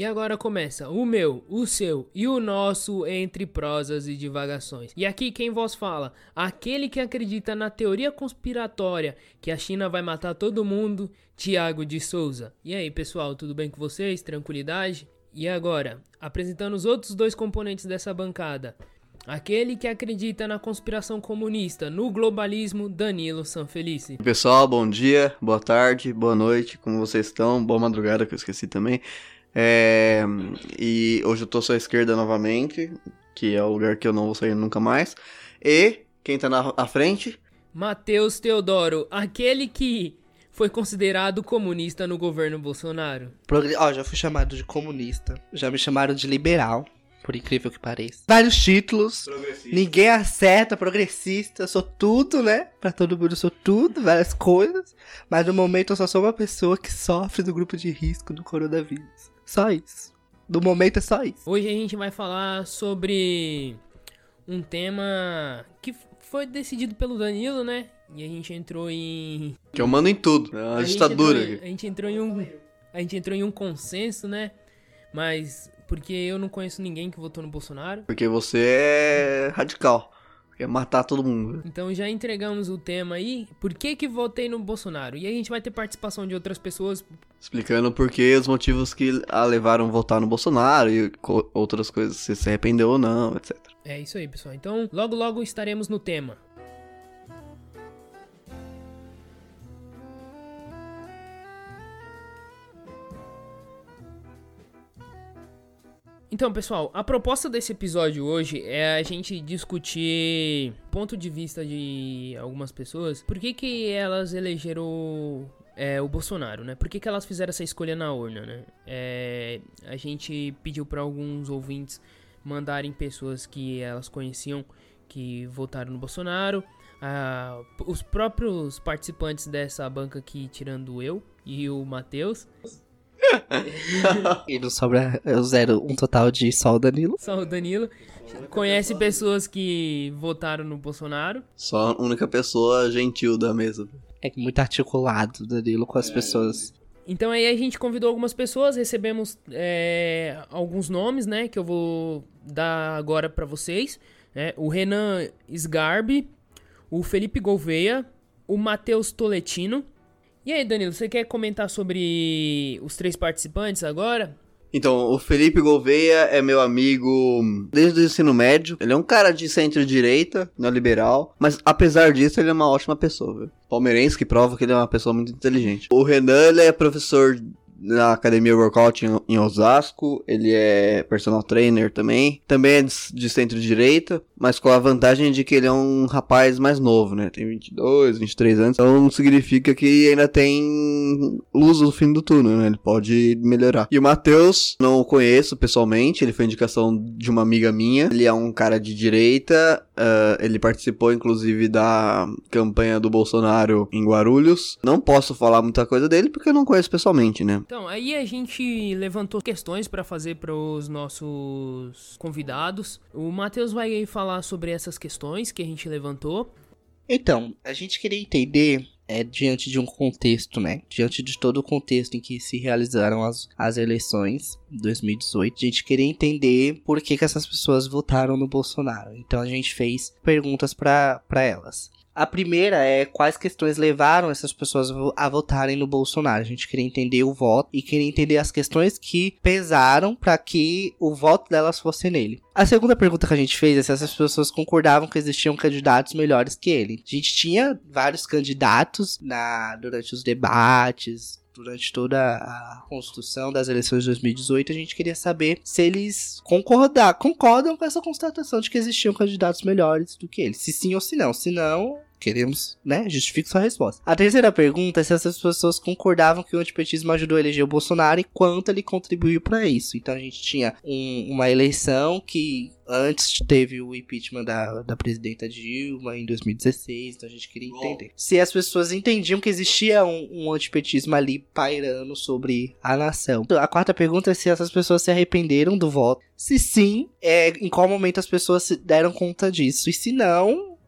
E agora começa o meu, o seu e o nosso entre prosas e divagações. E aqui quem vos fala, aquele que acredita na teoria conspiratória que a China vai matar todo mundo, Thiago de Souza. E aí pessoal, tudo bem com vocês? Tranquilidade? E agora, apresentando os outros dois componentes dessa bancada. Aquele que acredita na conspiração comunista, no globalismo, Danilo Sanfelice. Pessoal, bom dia, boa tarde, boa noite, como vocês estão? Boa madrugada, que eu esqueci também. E hoje eu tô só à esquerda novamente, que é o lugar que eu não vou sair nunca mais. E quem tá à frente? Matheus Teodoro, aquele que foi considerado comunista no governo Bolsonaro. Já fui chamado de comunista, já me chamaram de liberal. Por incrível que pareça. Vários títulos. Ninguém acerta, progressista. Eu sou tudo, né? Pra todo mundo eu sou tudo, várias coisas. Mas no momento eu só sou uma pessoa que sofre do grupo de risco do coronavírus. Só isso. No momento é só isso. Hoje a gente vai falar sobre um tema que foi decidido pelo Danilo, né? E a gente entrou em... Que eu mando em tudo. É uma ditadura. A gente entrou em um consenso, né? Mas... porque eu não conheço ninguém que votou no Bolsonaro. Porque você é radical. Quer matar todo mundo. Então já entregamos o tema aí. Por que votei no Bolsonaro? E a gente vai ter participação de outras pessoas. Explicando por que os motivos que a levaram a votar no Bolsonaro. E outras coisas, se arrependeu ou não, etc. É isso aí, pessoal. Então logo estaremos no tema. Então, pessoal, a proposta desse episódio hoje é a gente discutir ponto de vista de algumas pessoas. Por que elas elegeram o Bolsonaro, né? Por que elas fizeram essa escolha na urna, né? A gente pediu para alguns ouvintes mandarem pessoas que elas conheciam que votaram no Bolsonaro. Os próprios participantes dessa banca aqui, tirando eu e o Matheus... E não sobra um total de só o Danilo. Só o Danilo. Conhece pessoas que votaram no Bolsonaro. Só a única pessoa gentil da mesa. É muito articulado o Danilo com as pessoas. Então aí a gente convidou algumas pessoas, recebemos alguns nomes, né, que eu vou dar agora pra vocês. O Renan Sgarbi, o Felipe Gouveia, o Matheus Toletino. E aí, Danilo, você quer comentar sobre os três participantes agora? Então, o Felipe Gouveia é meu amigo desde o ensino médio. Ele é um cara de centro-direita, neoliberal, mas apesar disso, ele é uma ótima pessoa, viu? Palmeirense, que prova que ele é uma pessoa muito inteligente. O Renan, ele é professor na Academia Workout em Osasco, ele é personal trainer também é de centro-direita, mas com a vantagem de que ele é um rapaz mais novo, né, tem 22, 23 anos, então significa que ainda tem luz no fim do túnel, né, ele pode melhorar. E o Matheus, não o conheço pessoalmente, ele foi indicação de uma amiga minha, ele é um cara de direita, ele participou inclusive da campanha do Bolsonaro em Guarulhos, não posso falar muita coisa dele porque eu não conheço pessoalmente, né. Então, aí a gente levantou questões para fazer para os nossos convidados. O Matheus vai falar sobre essas questões que a gente levantou. Então, a gente queria entender, diante de um contexto, né? Diante de todo o contexto em que se realizaram as eleições de 2018, a gente queria entender por que essas pessoas votaram no Bolsonaro. Então, a gente fez perguntas para elas. A primeira é quais questões levaram essas pessoas a votarem no Bolsonaro. A gente queria entender o voto e queria entender as questões que pesaram para que o voto delas fosse nele. A segunda pergunta que a gente fez é se essas pessoas concordavam que existiam candidatos melhores que ele. A gente tinha vários candidatos durante os debates, durante toda a construção das eleições de 2018, a gente queria saber se eles concordam com essa constatação de que existiam candidatos melhores do que ele. Se sim ou se não. Se não, queremos, né? Justifique sua resposta. A terceira pergunta é se essas pessoas concordavam que o antipetismo ajudou a eleger o Bolsonaro e quanto ele contribuiu para isso. Então a gente tinha uma eleição que antes teve o impeachment da presidenta Dilma em 2016, então a gente queria entender se as pessoas entendiam que existia um antipetismo ali pairando sobre a nação. A quarta pergunta é se essas pessoas se arrependeram do voto. Se sim, em qual momento as pessoas se deram conta disso. E se não,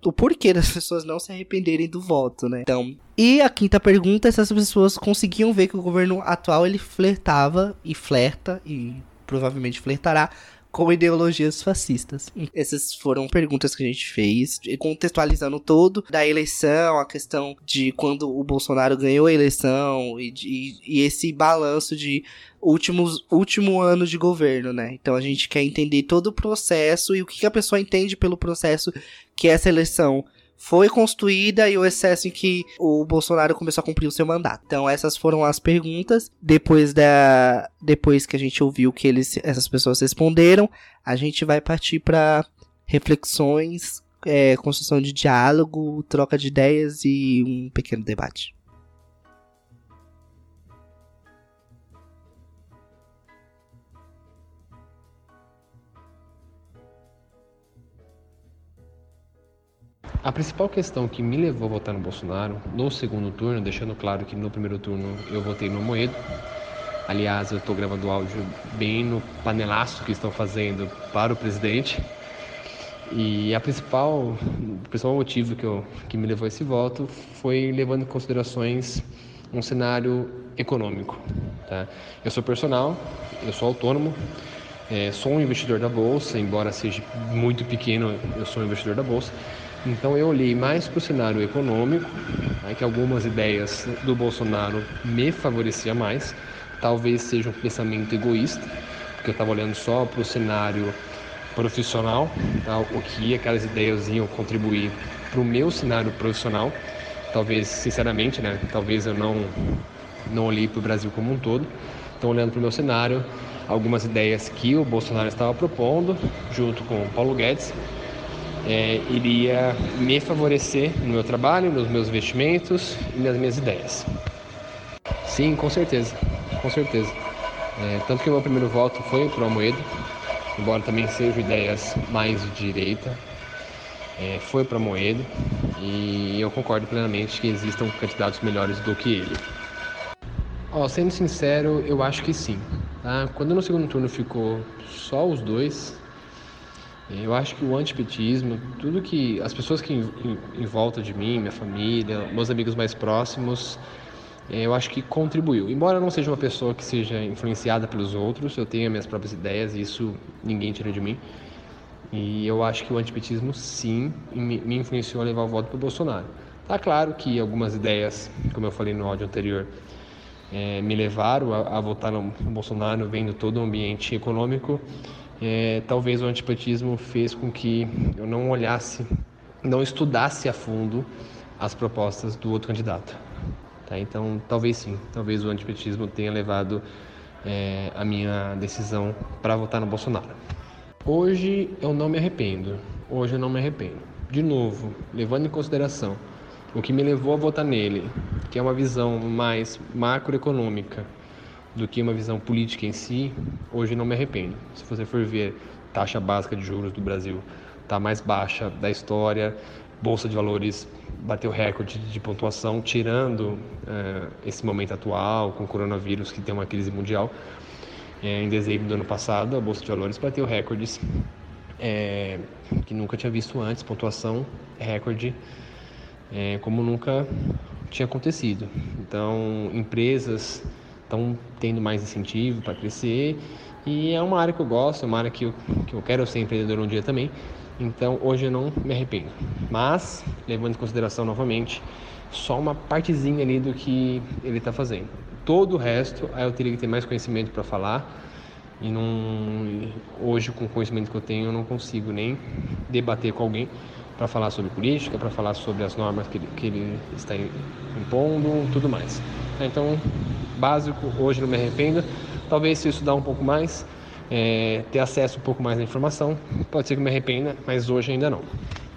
o porquê das pessoas não se arrependerem do voto, né? Então, e a quinta pergunta é se as pessoas conseguiam ver que o governo atual, ele flertava e flerta, e provavelmente flertará, com ideologias fascistas. Essas foram perguntas que a gente fez, contextualizando todo da eleição, a questão de quando o Bolsonaro ganhou a eleição e esse balanço de último ano de governo, né? Então a gente quer entender todo o processo e o que a pessoa entende pelo processo que essa eleição foi construída e o excesso em que o Bolsonaro começou a cumprir o seu mandato. Então essas foram as perguntas. Depois que a gente ouviu que essas pessoas responderam, a gente vai partir para reflexões, construção de diálogo, troca de ideias e um pequeno debate. A principal questão que me levou a votar no Bolsonaro no segundo turno, deixando claro que no primeiro turno eu votei no Amoedo. Aliás, eu estou gravando o áudio bem no panelaço que estão fazendo para o presidente. E o principal motivo que me levou a esse voto foi levando em considerações um cenário econômico. Tá? Eu sou personal, eu sou autônomo, sou um investidor da Bolsa, embora seja muito pequeno, eu sou um investidor da Bolsa. Então eu olhei mais para o cenário econômico, que algumas ideias do Bolsonaro me favoreciam mais. Talvez seja um pensamento egoísta, porque eu estava olhando só para o cenário profissional, tá? O que aquelas ideias iam contribuir para o meu cenário profissional. Talvez, sinceramente, né? Talvez eu não olhei para o Brasil como um todo. Então, olhando para o meu cenário, algumas ideias que o Bolsonaro estava propondo, junto com o Paulo Guedes, iria me favorecer no meu trabalho, nos meus investimentos e nas minhas ideias. Sim, com certeza, com certeza. Tanto que o meu primeiro voto foi para o Amoedo, embora também sejam ideias mais de direita, foi para o Amoedo, e eu concordo plenamente que existam candidatos melhores do que ele. Sendo sincero, eu acho que sim. Tá? Quando no segundo turno ficou só os dois, eu acho que o antipetismo, tudo que as pessoas que em volta de mim, minha família, meus amigos mais próximos, eu acho que contribuiu. Embora eu não seja uma pessoa que seja influenciada pelos outros, eu tenho as minhas próprias ideias e isso ninguém tira de mim. E eu acho que o antipetismo, sim, me influenciou a levar o voto para o Bolsonaro. Tá claro que algumas ideias, como eu falei no áudio anterior, me levaram a votar no Bolsonaro, vendo todo o ambiente econômico. Talvez o antipetismo fez com que eu não estudasse a fundo as propostas do outro candidato. Tá? Então, talvez sim, talvez o antipetismo tenha levado a minha decisão para votar no Bolsonaro. Hoje eu não me arrependo, De novo, levando em consideração o que me levou a votar nele, que é uma visão mais macroeconômica do que uma visão política em si, hoje não me arrependo. Se você for ver, taxa básica de juros do Brasil está mais baixa da história, Bolsa de Valores bateu recorde de pontuação, tirando esse momento atual, com o coronavírus, que tem uma crise mundial. Em dezembro do ano passado, a Bolsa de Valores bateu recordes que nunca tinha visto antes, pontuação recorde, como nunca tinha acontecido. Então, empresas estão tendo mais incentivo para crescer e é uma área que eu gosto, é uma área que eu quero ser empreendedor um dia também. Então, hoje eu não me arrependo. Mas, levando em consideração novamente, só uma partezinha ali do que ele está fazendo. Todo o resto, eu teria que ter mais conhecimento para falar. E hoje, com o conhecimento que eu tenho, eu não consigo nem debater com alguém para falar sobre política, para falar sobre as normas que ele está impondo, tudo mais. Então, básico, hoje não me arrependo. Talvez se eu estudar um pouco mais, ter acesso um pouco mais à informação, pode ser que me arrependa, mas hoje ainda não.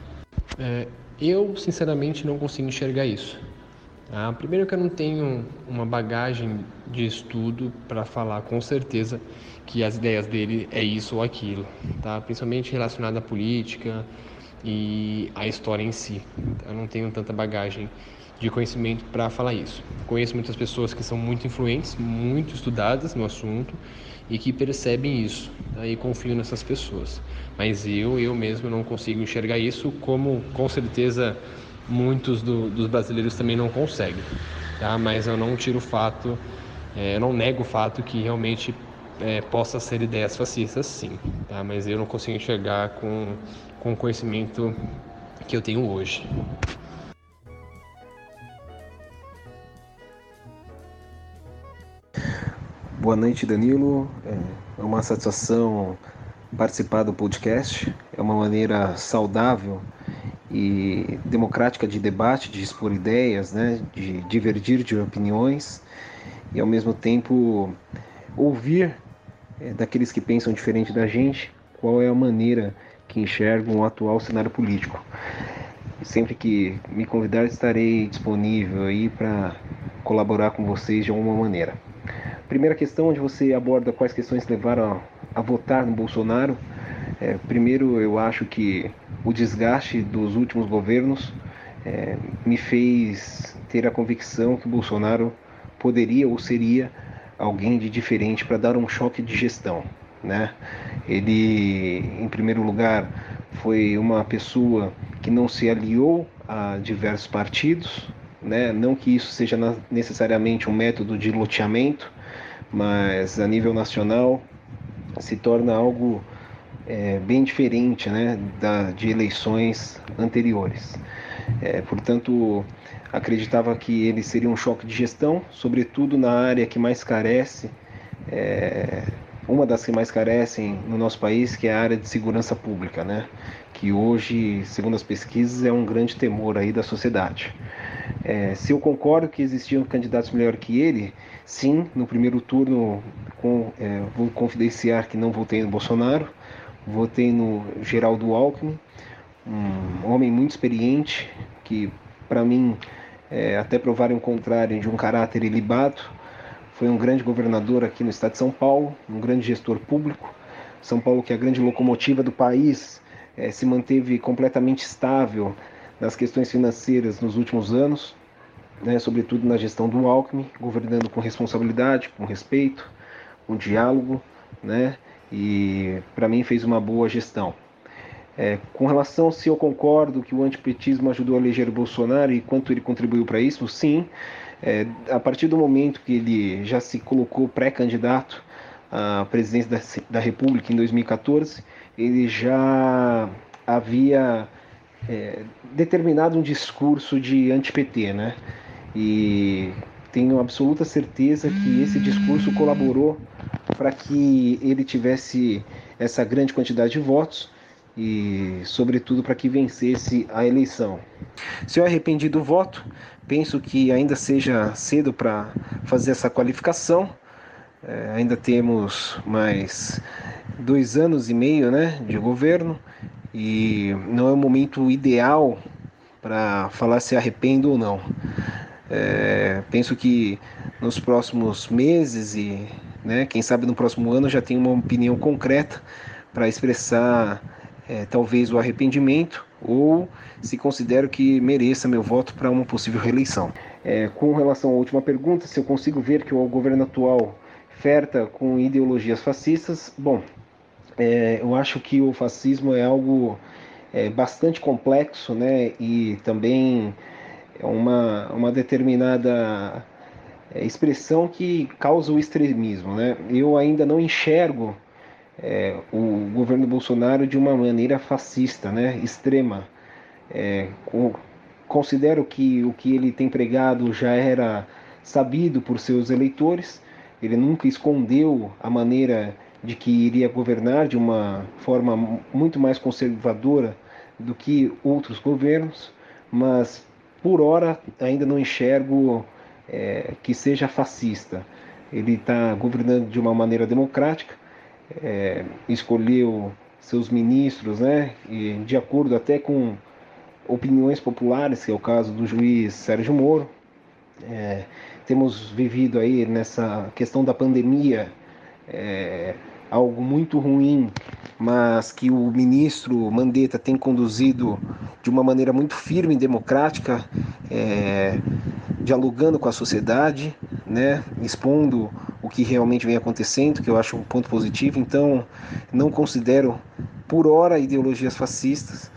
Eu, sinceramente, não consigo enxergar isso. Primeiro que eu não tenho uma bagagem de estudo para falar com certeza que as ideias dele é isso ou aquilo, tá? Principalmente relacionado à política, e a história em si. Eu não tenho tanta bagagem de conhecimento para falar isso. Conheço muitas pessoas que são muito influentes, muito estudadas no assunto e que percebem isso, tá? E confio nessas pessoas. Mas eu mesmo não consigo enxergar isso, como com certeza muitos dos brasileiros também não conseguem, tá? Mas eu não tiro o fato, eu não nego o fato que realmente possa ser ideias fascistas, sim, tá? Mas eu não consigo enxergar com o conhecimento que eu tenho hoje. Boa noite, Danilo. É uma satisfação participar do podcast. É uma maneira saudável e democrática de debate, de expor ideias, né? De divergir de opiniões e, ao mesmo tempo, ouvir daqueles que pensam diferente da gente qual é a maneira que enxergam o atual cenário político. E sempre que me convidar, estarei disponível aí para colaborar com vocês de alguma maneira. Primeira questão, onde você aborda quais questões levaram a votar no Bolsonaro. Primeiro, eu acho que o desgaste dos últimos governos me fez ter a convicção que o Bolsonaro poderia ou seria alguém de diferente para dar um choque de gestão, né? Ele, em primeiro lugar, foi uma pessoa que não se aliou a diversos partidos, né? Não que isso seja necessariamente um método de loteamento, mas a nível nacional se torna algo bem diferente, né, de eleições anteriores. Portanto, acreditava que ele seria um choque de gestão, sobretudo na área que mais carece, uma das que mais carecem no nosso país, que é a área de segurança pública, né, que hoje, segundo as pesquisas, é um grande temor aí da sociedade. Se eu concordo que existiam candidatos melhor que ele, sim, no primeiro turno vou confidenciar que não votei no Bolsonaro, votei no Geraldo Alckmin, um homem muito experiente, que para mim, até provarem o contrário, de um caráter ilibado, foi um grande governador aqui no estado de São Paulo, um grande gestor público. São Paulo, que é a grande locomotiva do país, se manteve completamente estável nas questões financeiras nos últimos anos, né, sobretudo na gestão do Alckmin, governando com responsabilidade, com respeito, com diálogo, né, e para mim fez uma boa gestão. Com relação se eu concordo que o antipetismo ajudou a eleger o Bolsonaro e quanto ele contribuiu para isso, sim. A partir do momento que ele já se colocou pré-candidato à presidência da República em 2014, ele já havia determinado um discurso de anti-PT, né? E tenho absoluta certeza que esse discurso colaborou para que ele tivesse essa grande quantidade de votos e, sobretudo, para que vencesse a eleição. Se eu arrependi do voto, penso que ainda seja cedo para fazer essa qualificação. Ainda temos mais 2 anos e meio, né, de governo e não é o momento ideal para falar se arrependo ou não. Penso que nos próximos meses e, né, quem sabe no próximo ano já tenho uma opinião concreta para expressar talvez o arrependimento ou se considero que mereça meu voto para uma possível reeleição. Com relação à última pergunta, se eu consigo ver que o governo atual ferta com ideologias fascistas, bom, eu acho que o fascismo é algo bastante complexo, né, e também é uma determinada expressão que causa o extremismo, né? Eu ainda não enxergo o governo Bolsonaro de uma maneira fascista, né, extrema. Considero que o que ele tem pregado já era sabido por seus eleitores. Ele nunca escondeu a maneira de que iria governar de uma forma muito mais conservadora do que outros governos, mas por hora ainda não enxergo que seja fascista. Ele está governando de uma maneira democrática, escolheu seus ministros, né, e de acordo até com opiniões populares, que é o caso do juiz Sérgio Moro. Temos vivido aí nessa questão da pandemia algo muito ruim, mas que o ministro Mandetta tem conduzido de uma maneira muito firme e democrática, dialogando com a sociedade, né, expondo o que realmente vem acontecendo, que eu acho um ponto positivo. Então, não considero por hora ideologias fascistas,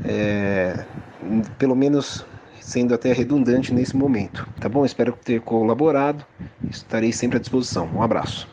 pelo menos sendo até redundante nesse momento. Tá bom? Espero ter colaborado. Estarei sempre à disposição. Um abraço.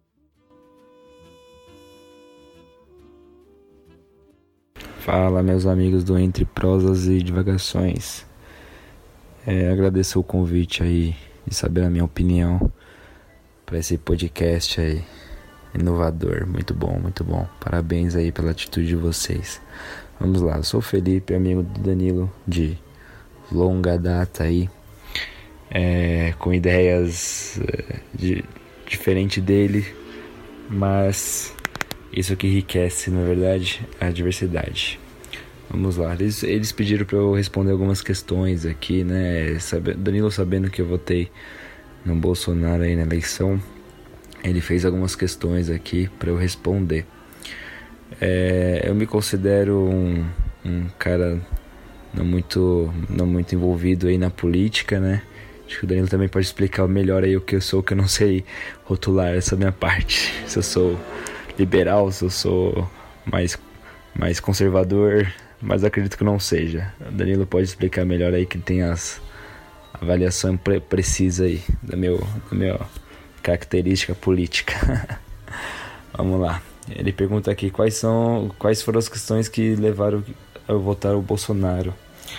Fala, meus amigos do Entre Prosas e Divagações. Agradeço o convite aí de saber a minha opinião para esse podcast aí inovador. Muito bom, muito bom. Parabéns aí pela atitude de vocês. Vamos lá, eu sou o Felipe, amigo do Danilo de longa data aí, com ideias diferentes dele, mas isso que enriquece, na verdade, a diversidade. Vamos lá, eles pediram para eu responder algumas questões aqui, né? Danilo, sabendo que eu votei no Bolsonaro aí na eleição, ele fez algumas questões aqui para eu responder. Eu me considero um cara não muito envolvido aí na política, né? Acho que o Danilo também pode explicar melhor aí o que eu sou, que eu não sei rotular essa minha parte. Se eu sou liberal, se eu sou mais conservador, mas acredito que não seja. O Danilo pode explicar melhor aí, que tem as avaliação precisa aí da minha característica política. Vamos lá. Ele pergunta aqui quais foram as questões que levaram a votar o Bolsonaro.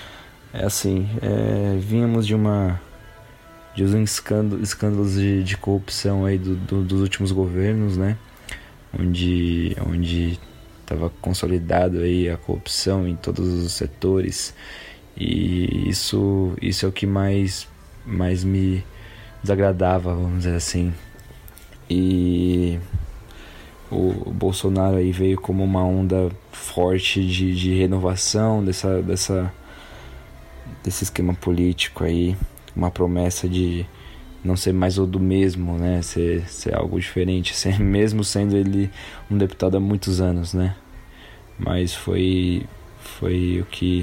Vínhamos de uns escândalos de corrupção aí dos últimos governos, né? Onde estava consolidado aí a corrupção em todos os setores, e isso é o que mais me desagradava, vamos dizer assim. E o Bolsonaro aí veio como uma onda forte de renovação desse esquema político aí, uma promessa de não ser mais o do mesmo, né? Ser algo diferente, mesmo sendo ele um deputado há muitos anos, né? Mas foi o que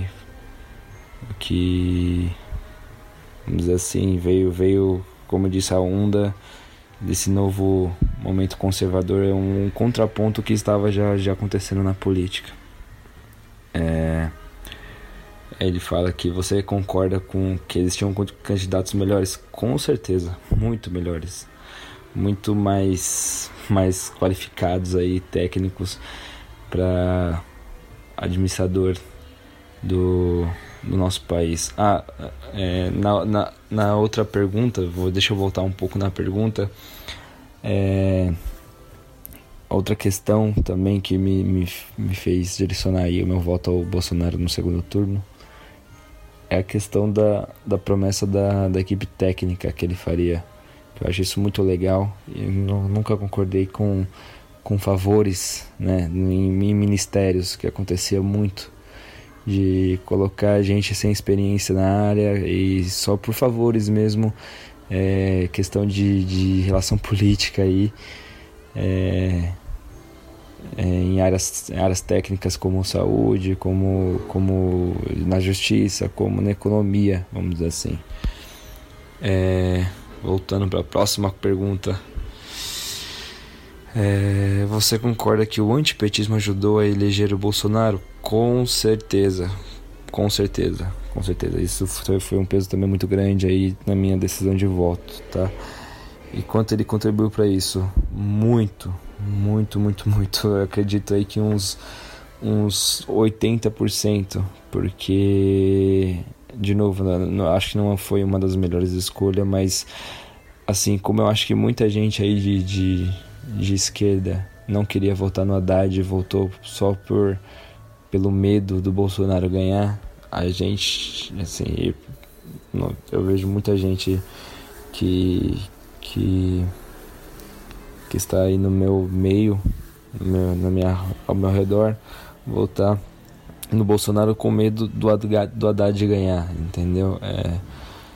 vamos dizer assim, veio, como eu disse, a onda desse novo momento conservador, é um contraponto que estava já acontecendo na política. Ele fala que você concorda com que existiam candidatos melhores? Com certeza, muito melhores, muito mais qualificados aí, técnicos, para administrador do nosso país. Na outra pergunta, deixa eu voltar um pouco na pergunta. Outra questão também que me fez direcionar aí o meu voto ao Bolsonaro no segundo turno é a questão da promessa da equipe técnica que ele faria. Eu acho isso muito legal. Eu nunca concordei com favores, né, em ministérios, que acontecia muito, de colocar gente sem experiência na área e só por favores mesmo, questão de relação política aí, em áreas técnicas como saúde, como na justiça, como na economia, vamos dizer assim. Voltando para a próxima pergunta, você concorda que o antipetismo ajudou a eleger o Bolsonaro? Com certeza. Isso foi um peso também muito grande aí na minha decisão de voto, tá? E quanto ele contribuiu para isso? Muito. Eu acredito aí que uns 80%, porque, de novo, acho que não foi uma das melhores escolhas, mas assim como eu acho que muita gente aí de esquerda não queria votar no Haddad e votou só pelo medo do Bolsonaro ganhar, a gente, assim, eu vejo muita gente que está aí no meu meio, ao meu redor, votar no Bolsonaro com medo do Haddad ganhar, entendeu?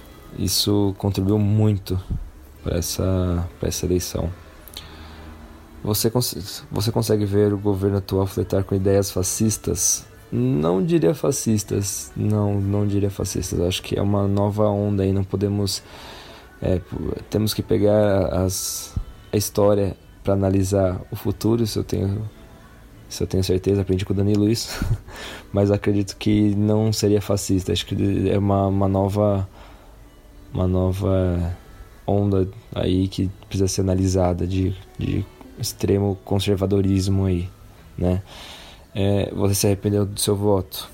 Isso contribuiu muito para essa eleição. Você consegue ver o governo atual flertar com ideias fascistas? Não diria fascistas, não diria fascistas. Acho que é uma nova onda aí, não podemos... temos que pegar a história para analisar o futuro, isso eu tenho certeza, aprendi com o Danilo isso, mas acredito que não seria fascista. Acho que é uma nova onda aí que precisa ser analisada de extremo conservadorismo aí, né? Você se arrependeu do seu voto?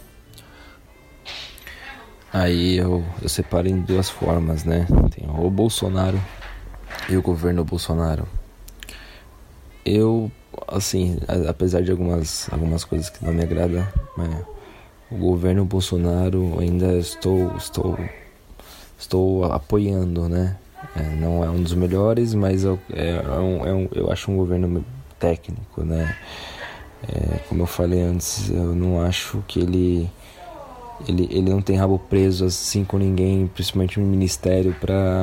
Aí eu separo em duas formas, né? Tem o Bolsonaro e o governo Bolsonaro. Eu, assim, apesar de algumas coisas que não me agradam, o governo Bolsonaro ainda estou apoiando, né? Não é um dos melhores, mas eu acho um governo técnico, né? Como eu falei antes, eu não acho que ele não tem rabo preso assim com ninguém, principalmente no ministério,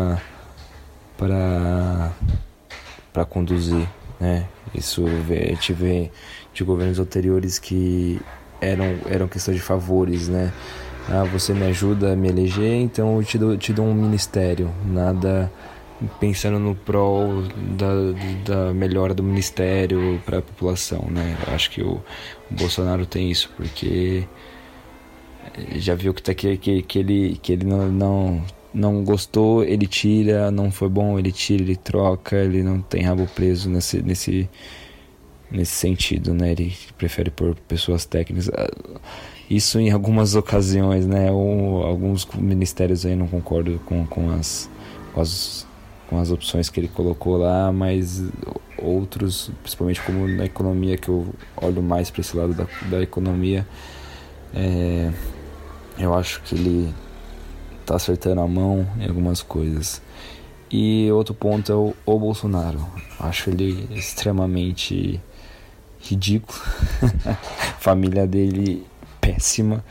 para conduzir, né? Isso a gente vê de governos anteriores que eram questão de favores, né? Você me ajuda a me eleger, então eu te dou um ministério. Nada pensando no prol da melhora do ministério para a população, né? Eu acho que o Bolsonaro tem isso, porque já viu que ele não gostou, ele tira, não foi bom, ele tira, ele troca, ele não tem rabo preso nesse sentido, né? Ele prefere pôr pessoas técnicas. Isso em algumas ocasiões, né? Ou alguns ministérios aí não concordo com as opções que ele colocou lá, mas outros, principalmente como na economia, que eu olho mais para esse lado da economia, eu acho que ele tá acertando a mão em algumas coisas. E outro ponto é o Bolsonaro. Acho ele extremamente ridículo. Família dele péssima.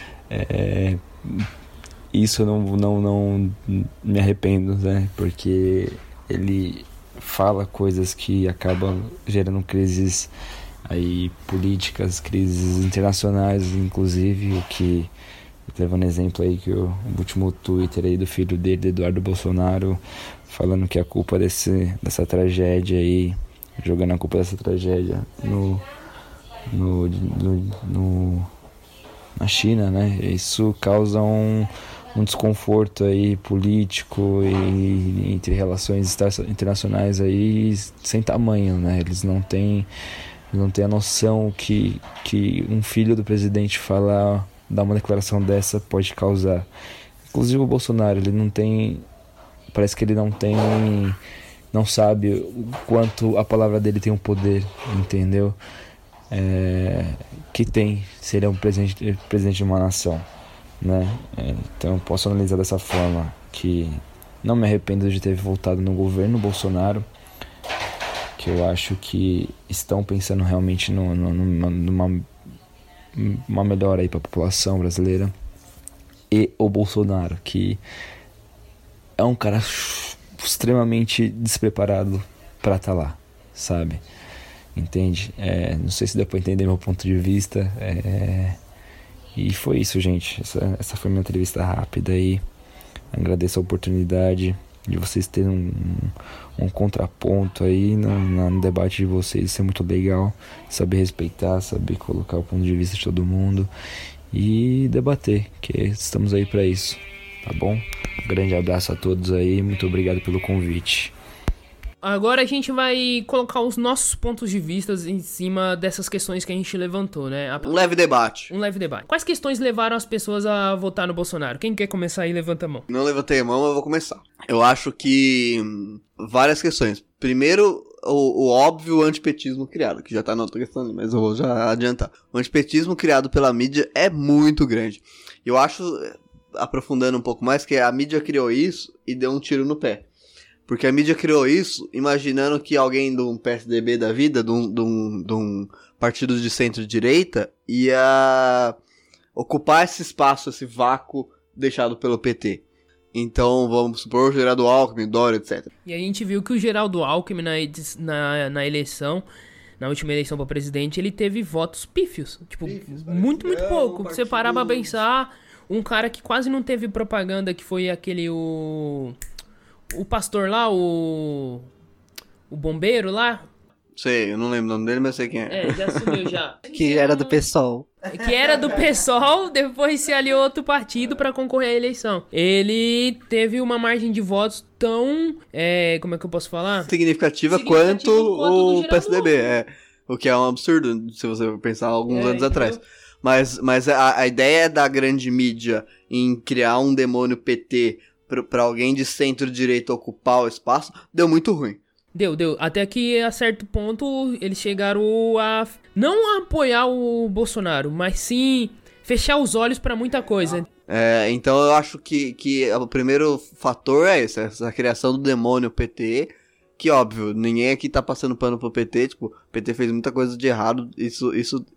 Isso eu não me arrependo, né? Porque ele fala coisas que acabam gerando crises aí políticas, crises internacionais, inclusive, o que, levando exemplo aí, que o último Twitter aí do filho dele, Eduardo Bolsonaro, falando que a culpa dessa tragédia aí, jogando a culpa dessa tragédia na China, né? Isso causa um desconforto aí político e entre relações internacionais aí sem tamanho, né? Eles não têm a noção que um filho do presidente dar uma declaração dessa pode causar. Inclusive o Bolsonaro, parece que ele não sabe o quanto a palavra dele tem um poder, entendeu? Que tem, se ele é um presidente de uma nação, né? Então eu posso analisar dessa forma, que não me arrependo de ter voltado no governo Bolsonaro, que eu acho que estão pensando realmente numa melhora aí para a população brasileira. E o Bolsonaro, que é um cara extremamente despreparado para estar lá, sabe? Entende? Não sei se deu para entender meu ponto de vista. E foi isso, gente. Essa foi minha entrevista rápida aí. Agradeço a oportunidade de vocês terem um contraponto aí no debate de vocês. Isso é muito legal. Saber respeitar, saber colocar o ponto de vista de todo mundo e debater, que estamos aí para isso, tá bom? Um grande abraço a todos aí. Muito obrigado pelo convite. Agora a gente vai colocar os nossos pontos de vista em cima dessas questões que a gente levantou, né? Um leve debate. Quais questões levaram as pessoas a votar no Bolsonaro? Quem quer começar aí, levanta a mão. Não levantei a mão, mas eu vou começar. Eu acho que várias questões. Primeiro, o óbvio antipetismo criado, que já tá na outra questão ali, mas eu vou já adiantar. O antipetismo criado pela mídia é muito grande. Eu acho, aprofundando um pouco mais, que a mídia criou isso e deu um tiro no pé. Porque a mídia criou isso imaginando que alguém de um PSDB da vida, de um partido de centro-direita, ia ocupar esse espaço, esse vácuo deixado pelo PT. Então, vamos supor o Geraldo Alckmin, o Dória, etc. E a gente viu que o Geraldo Alckmin na eleição, na última eleição pra presidente, ele teve votos pífios. Tipo, muito pouco. Você parar pra pensar, um cara que quase não teve propaganda, que foi aquele, o pastor lá, o bombeiro lá. Sei, eu não lembro o nome dele, mas sei quem é. Já sumiu já. Que era do PSOL. Que era do PSOL, depois se aliou a outro partido pra concorrer à eleição. Ele teve uma margem de votos tão, como é que eu posso falar? Significativa quanto o PSDB, o que é um absurdo, se você pensar alguns anos atrás. Mas a ideia da grande mídia em criar um demônio PT pra alguém de centro-direita ocupar o espaço, deu muito ruim. Deu. Até que, a certo ponto, eles chegaram a não a apoiar o Bolsonaro, mas sim fechar os olhos pra muita coisa. Então eu acho que o primeiro fator é esse, essa criação do demônio PT, que óbvio, ninguém aqui tá passando pano pro PT, tipo, o PT fez muita coisa de errado, isso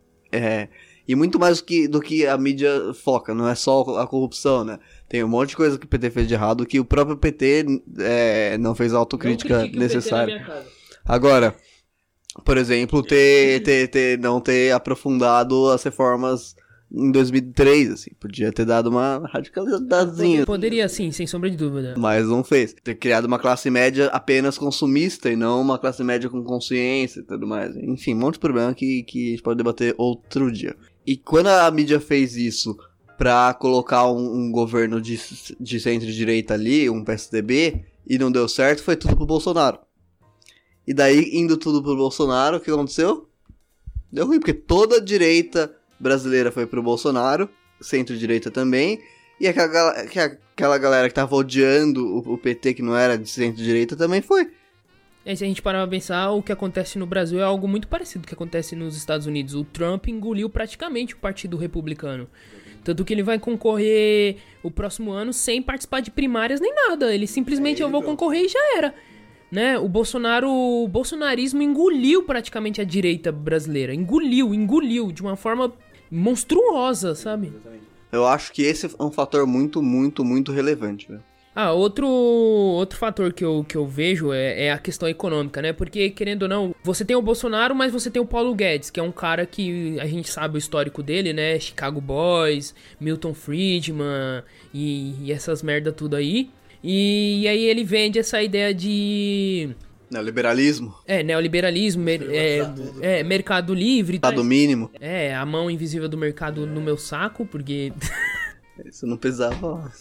e muito mais do que a mídia foca, não é só a corrupção, né? Tem um monte de coisa que o PT fez de errado que o próprio PT não fez a autocrítica necessária. Agora, por exemplo, não ter aprofundado as reformas em 2003, assim, podia ter dado uma radicalizadázinha. Poderia sim, sem sombra de dúvida. Mas não fez. Ter criado uma classe média apenas consumista e não uma classe média com consciência e tudo mais. Enfim, um monte de problema que a gente pode debater outro dia. E quando a mídia fez isso pra colocar um governo de centro-direita ali, um PSDB, e não deu certo, foi tudo pro Bolsonaro. E daí, indo tudo pro Bolsonaro, o que aconteceu? Deu ruim, porque toda a direita brasileira foi pro Bolsonaro, centro-direita também, e aquela galera que tava odiando o PT, que não era de centro-direita, também foi. E se a gente parar pra pensar, o que acontece no Brasil é algo muito parecido com o que acontece nos Estados Unidos. O Trump engoliu praticamente o Partido Republicano. Tanto que ele vai concorrer o próximo ano sem participar de primárias nem nada. Ele simplesmente, eu vou concorrer e já era. Né? O bolsonarismo engoliu praticamente a direita brasileira. Engoliu de uma forma monstruosa, sabe? Eu acho que esse é um fator muito, muito, muito relevante, né? Outro fator que eu vejo é a questão econômica, né? Porque, querendo ou não, você tem o Bolsonaro, mas você tem o Paulo Guedes, que é um cara que a gente sabe o histórico dele, né? Chicago Boys, Milton Friedman e essas merda tudo aí. E aí ele vende essa ideia de... Neoliberalismo. Neoliberalismo, mercado livre. Estado mínimo. A mão invisível do mercado no meu saco, porque... Isso não pesava.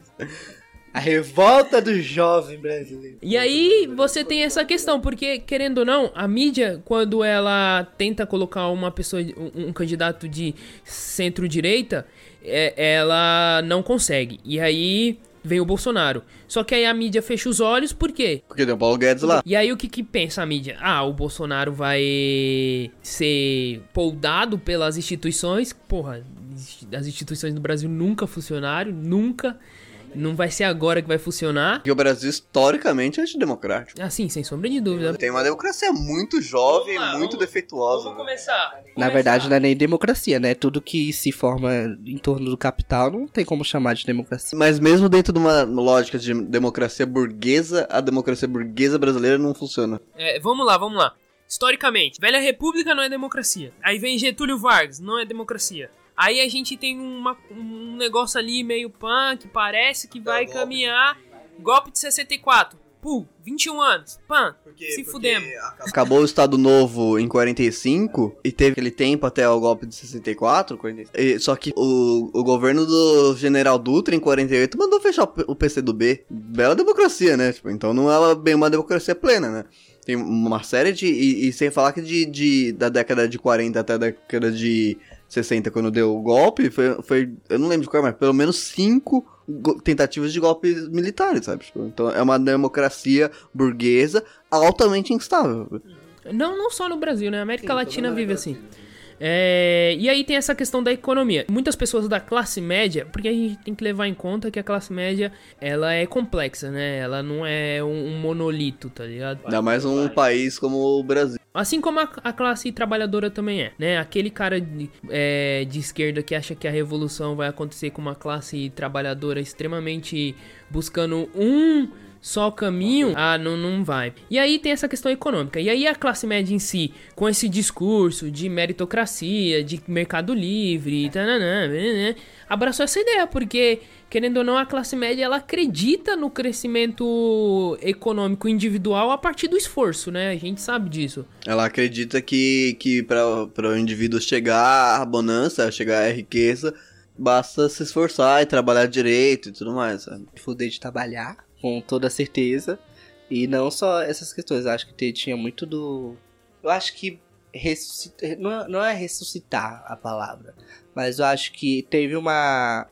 A revolta do jovem brasileiro. E aí você tem essa questão, porque, querendo ou não, a mídia, quando ela tenta colocar uma pessoa, um candidato de centro-direita, ela não consegue. E aí vem o Bolsonaro. Só que aí a mídia fecha os olhos, por quê? Porque tem o Paulo Guedes lá. E aí o que pensa a mídia? O Bolsonaro vai ser poldado pelas instituições. Porra, as instituições do Brasil nunca funcionaram, nunca. Não vai ser agora que vai funcionar. Porque o Brasil, historicamente, é antidemocrático. Sim, sem sombra de dúvida. Tem uma democracia muito jovem, muito defeituosa. Vamos começar. Na verdade, não é nem democracia, né? Tudo que se forma em torno do capital não tem como chamar de democracia. Mas mesmo dentro de uma lógica de democracia burguesa, a democracia burguesa brasileira não funciona. Vamos lá. Historicamente, Velha República não é democracia. Aí vem Getúlio Vargas, não é democracia. Aí a gente tem um negócio ali meio que parece que vai caminhar. Golpe de 64. 21 anos. Fudemos. Acabou o Estado Novo em 45 e teve aquele tempo até o golpe de 64. Só que o governo do General Dutra em 48 mandou fechar o PCdoB. Bela democracia, né? Então não é bem uma democracia plena, né? Tem uma série de... E sem falar que da década de 40 até a década de 60, quando deu o golpe, foi eu não lembro de qual, mas pelo menos 5 tentativas de golpes militares, sabe? Então é uma democracia burguesa altamente instável. Não só no Brasil, né? A América Latina vive assim. E aí tem essa questão da economia. Muitas pessoas da classe média, porque a gente tem que levar em conta que a classe média, ela é complexa, né? Ela não é um monolito, tá ligado? Ainda mais um país como o Brasil. Assim como a classe trabalhadora também é, né? Aquele cara de esquerda que acha que a revolução vai acontecer com uma classe trabalhadora extremamente buscando só caminho, não vai. E aí tem essa questão econômica. E aí a classe média em si, com esse discurso de meritocracia, de mercado livre, abraçou essa ideia, porque, querendo ou não, a classe média, ela acredita no crescimento econômico individual a partir do esforço, né? A gente sabe disso. Ela acredita que para o indivíduo chegar à bonança, chegar à riqueza, basta se esforçar e trabalhar direito e tudo mais, sabe? Poder de trabalhar, com toda certeza. E não só essas questões, eu acho que tinha muito do... Eu acho que não é ressuscitar a palavra, mas eu acho que teve uma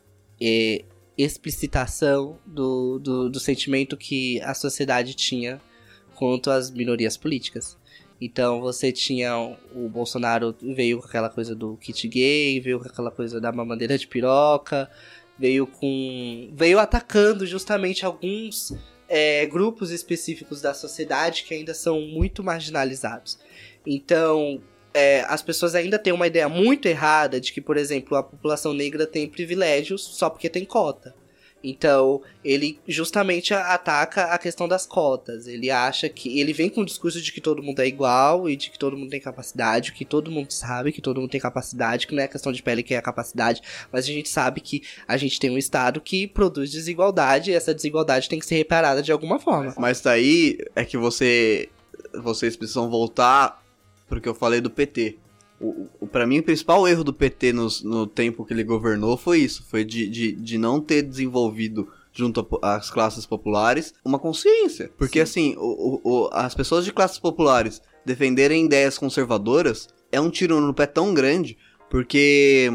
explicitação do sentimento que a sociedade tinha quanto às minorias políticas. Então você tinha o Bolsonaro, veio com aquela coisa do kit gay, veio com aquela coisa da mamadeira de piroca, veio atacando justamente alguns grupos específicos da sociedade que ainda são muito marginalizados. Então, as pessoas ainda têm uma ideia muito errada de que, por exemplo, a população negra tem privilégios só porque tem cota. Então, ele justamente ataca a questão das cotas. Ele acha que... Ele vem com o discurso de que todo mundo é igual e de que todo mundo tem capacidade, que todo mundo sabe que todo mundo tem capacidade, que não é questão de pele que é a capacidade, mas a gente sabe que a gente tem um Estado que produz desigualdade e essa desigualdade tem que ser reparada de alguma forma. Mas daí é que vocês precisam voltar pro que eu falei do PT. Pra mim, o principal erro do PT no tempo que ele governou foi isso. Foi de não ter desenvolvido, junto às classes populares, uma consciência. Porque, assim, as pessoas de classes populares defenderem ideias conservadoras é um tiro no pé tão grande, porque...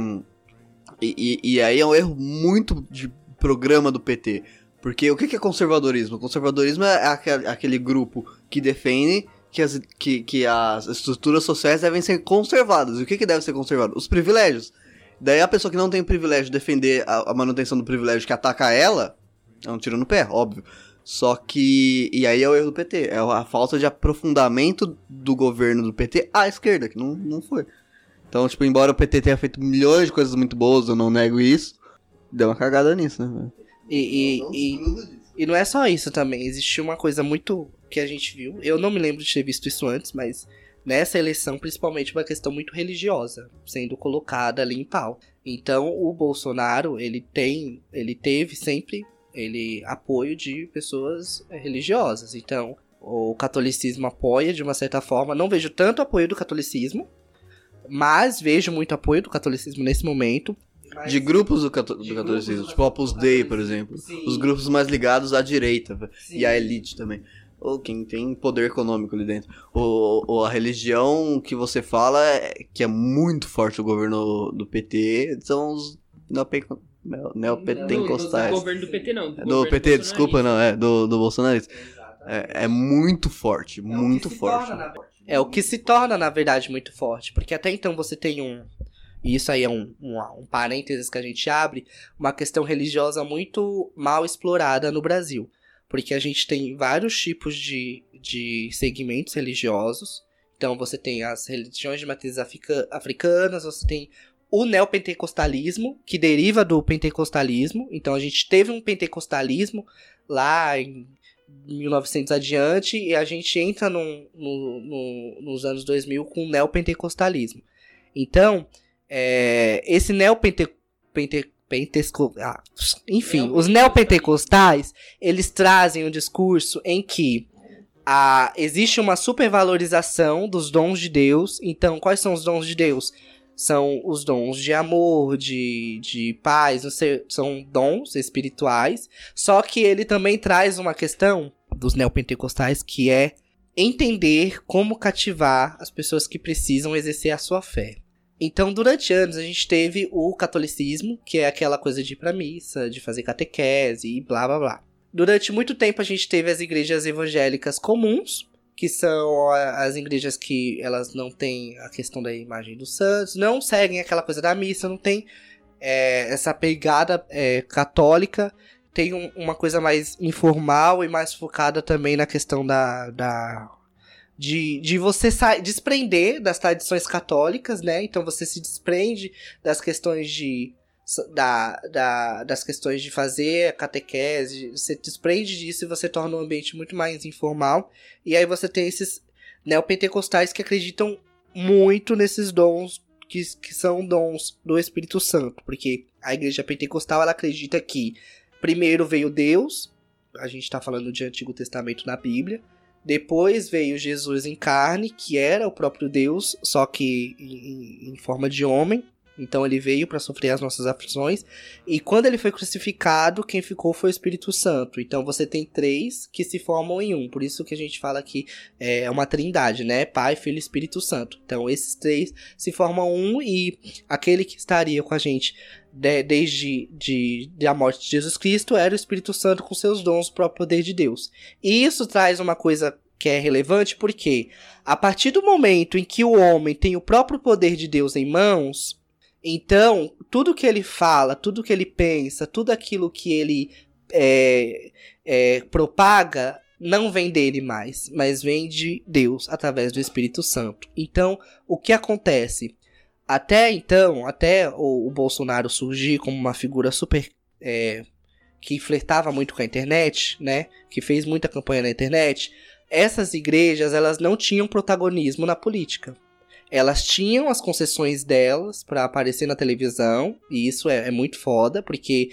E aí é um erro muito de programa do PT. Porque o que é conservadorismo? O conservadorismo é aquele grupo que defende... Que as estruturas sociais devem ser conservadas. E o que deve ser conservado? Os privilégios. Daí a pessoa que não tem privilégio defender a manutenção do privilégio que ataca ela, é um tiro no pé, óbvio. Só que... E aí é o erro do PT. É a falta de aprofundamento do governo do PT à esquerda, que não foi. Então, tipo, embora o PT tenha feito milhões de coisas muito boas, eu não nego isso, deu uma cagada nisso, né? E não é só isso também. Existiu uma coisa muito... que a gente viu, eu não me lembro de ter visto isso antes, mas nessa eleição, principalmente uma questão muito religiosa sendo colocada ali em pau. Então, o Bolsonaro, ele teve sempre apoio de pessoas religiosas. Então, o catolicismo apoia de uma certa forma. Não vejo tanto apoio do catolicismo, mas vejo muito apoio do catolicismo nesse momento. De grupos do catolicismo, tipo Opus Dei, por exemplo. Sim. Os grupos mais ligados à direita, sim, e à elite também. Ou quem tem poder econômico ali dentro. Ou a religião que você fala, que é muito forte o governo do PT, são os neopentecostais. Do governo do PT não. Do PT, desculpa, não, do bolsonarista. É muito forte, muito forte. É o que se torna, na verdade, muito forte. Porque até então você tem e isso aí é um parênteses que a gente abre, uma questão religiosa muito mal explorada no Brasil. Porque a gente tem vários tipos de segmentos religiosos. Então você tem as religiões de matrizes africanas, você tem o neopentecostalismo, que deriva do pentecostalismo. Então a gente teve um pentecostalismo lá em 1900 adiante, e a gente entra nos anos 2000 com o neopentecostalismo. Então, esse os neopentecostais, eles trazem um discurso em que existe uma supervalorização dos dons de Deus. Então, quais são os dons de Deus? São os dons de amor, de paz, são dons espirituais. Só que ele também traz uma questão dos neopentecostais, que é entender como cativar as pessoas que precisam exercer a sua fé. Então, durante anos, a gente teve o catolicismo, que é aquela coisa de ir pra missa, de fazer catequese e blá, blá, blá. Durante muito tempo, a gente teve as igrejas evangélicas comuns, que são as igrejas que elas não têm a questão da imagem dos santos, não seguem aquela coisa da missa, não tem essa pegada católica, tem uma coisa mais informal e mais focada também na questão de você desprender das tradições católicas, né? Então você se desprende das questões das questões de fazer a catequese, você desprende disso e você torna o ambiente muito mais informal. E aí você tem esses neopentecostais que acreditam muito nesses dons que são dons do Espírito Santo, porque a igreja pentecostal ela acredita que primeiro veio Deus, a gente está falando de Antigo Testamento na Bíblia, depois veio Jesus em carne, que era o próprio Deus, só que em forma de homem. Então ele veio para sofrer as nossas aflições. E quando ele foi crucificado, quem ficou foi o Espírito Santo. Então você tem 3 que se formam em um. Por isso que a gente fala que é uma trindade, né? Pai, Filho e Espírito Santo. Então esses 3 se formam um. E aquele que estaria com a gente desde a morte de Jesus Cristo era o Espírito Santo com seus dons, o próprio poder de Deus. E isso traz uma coisa que é relevante, porque a partir do momento em que o homem tem o próprio poder de Deus em mãos, então tudo que ele fala, tudo que ele pensa, tudo aquilo que ele propaga não vem dele mais, mas vem de Deus através do Espírito Santo. Então o que acontece? Até o Bolsonaro surgir como uma figura super que flertava muito com a internet, né? Que fez muita campanha na internet. Essas igrejas, elas não tinham protagonismo na política. Elas tinham as concessões delas para aparecer na televisão, e isso é muito foda, porque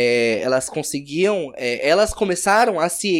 elas conseguiam, elas começaram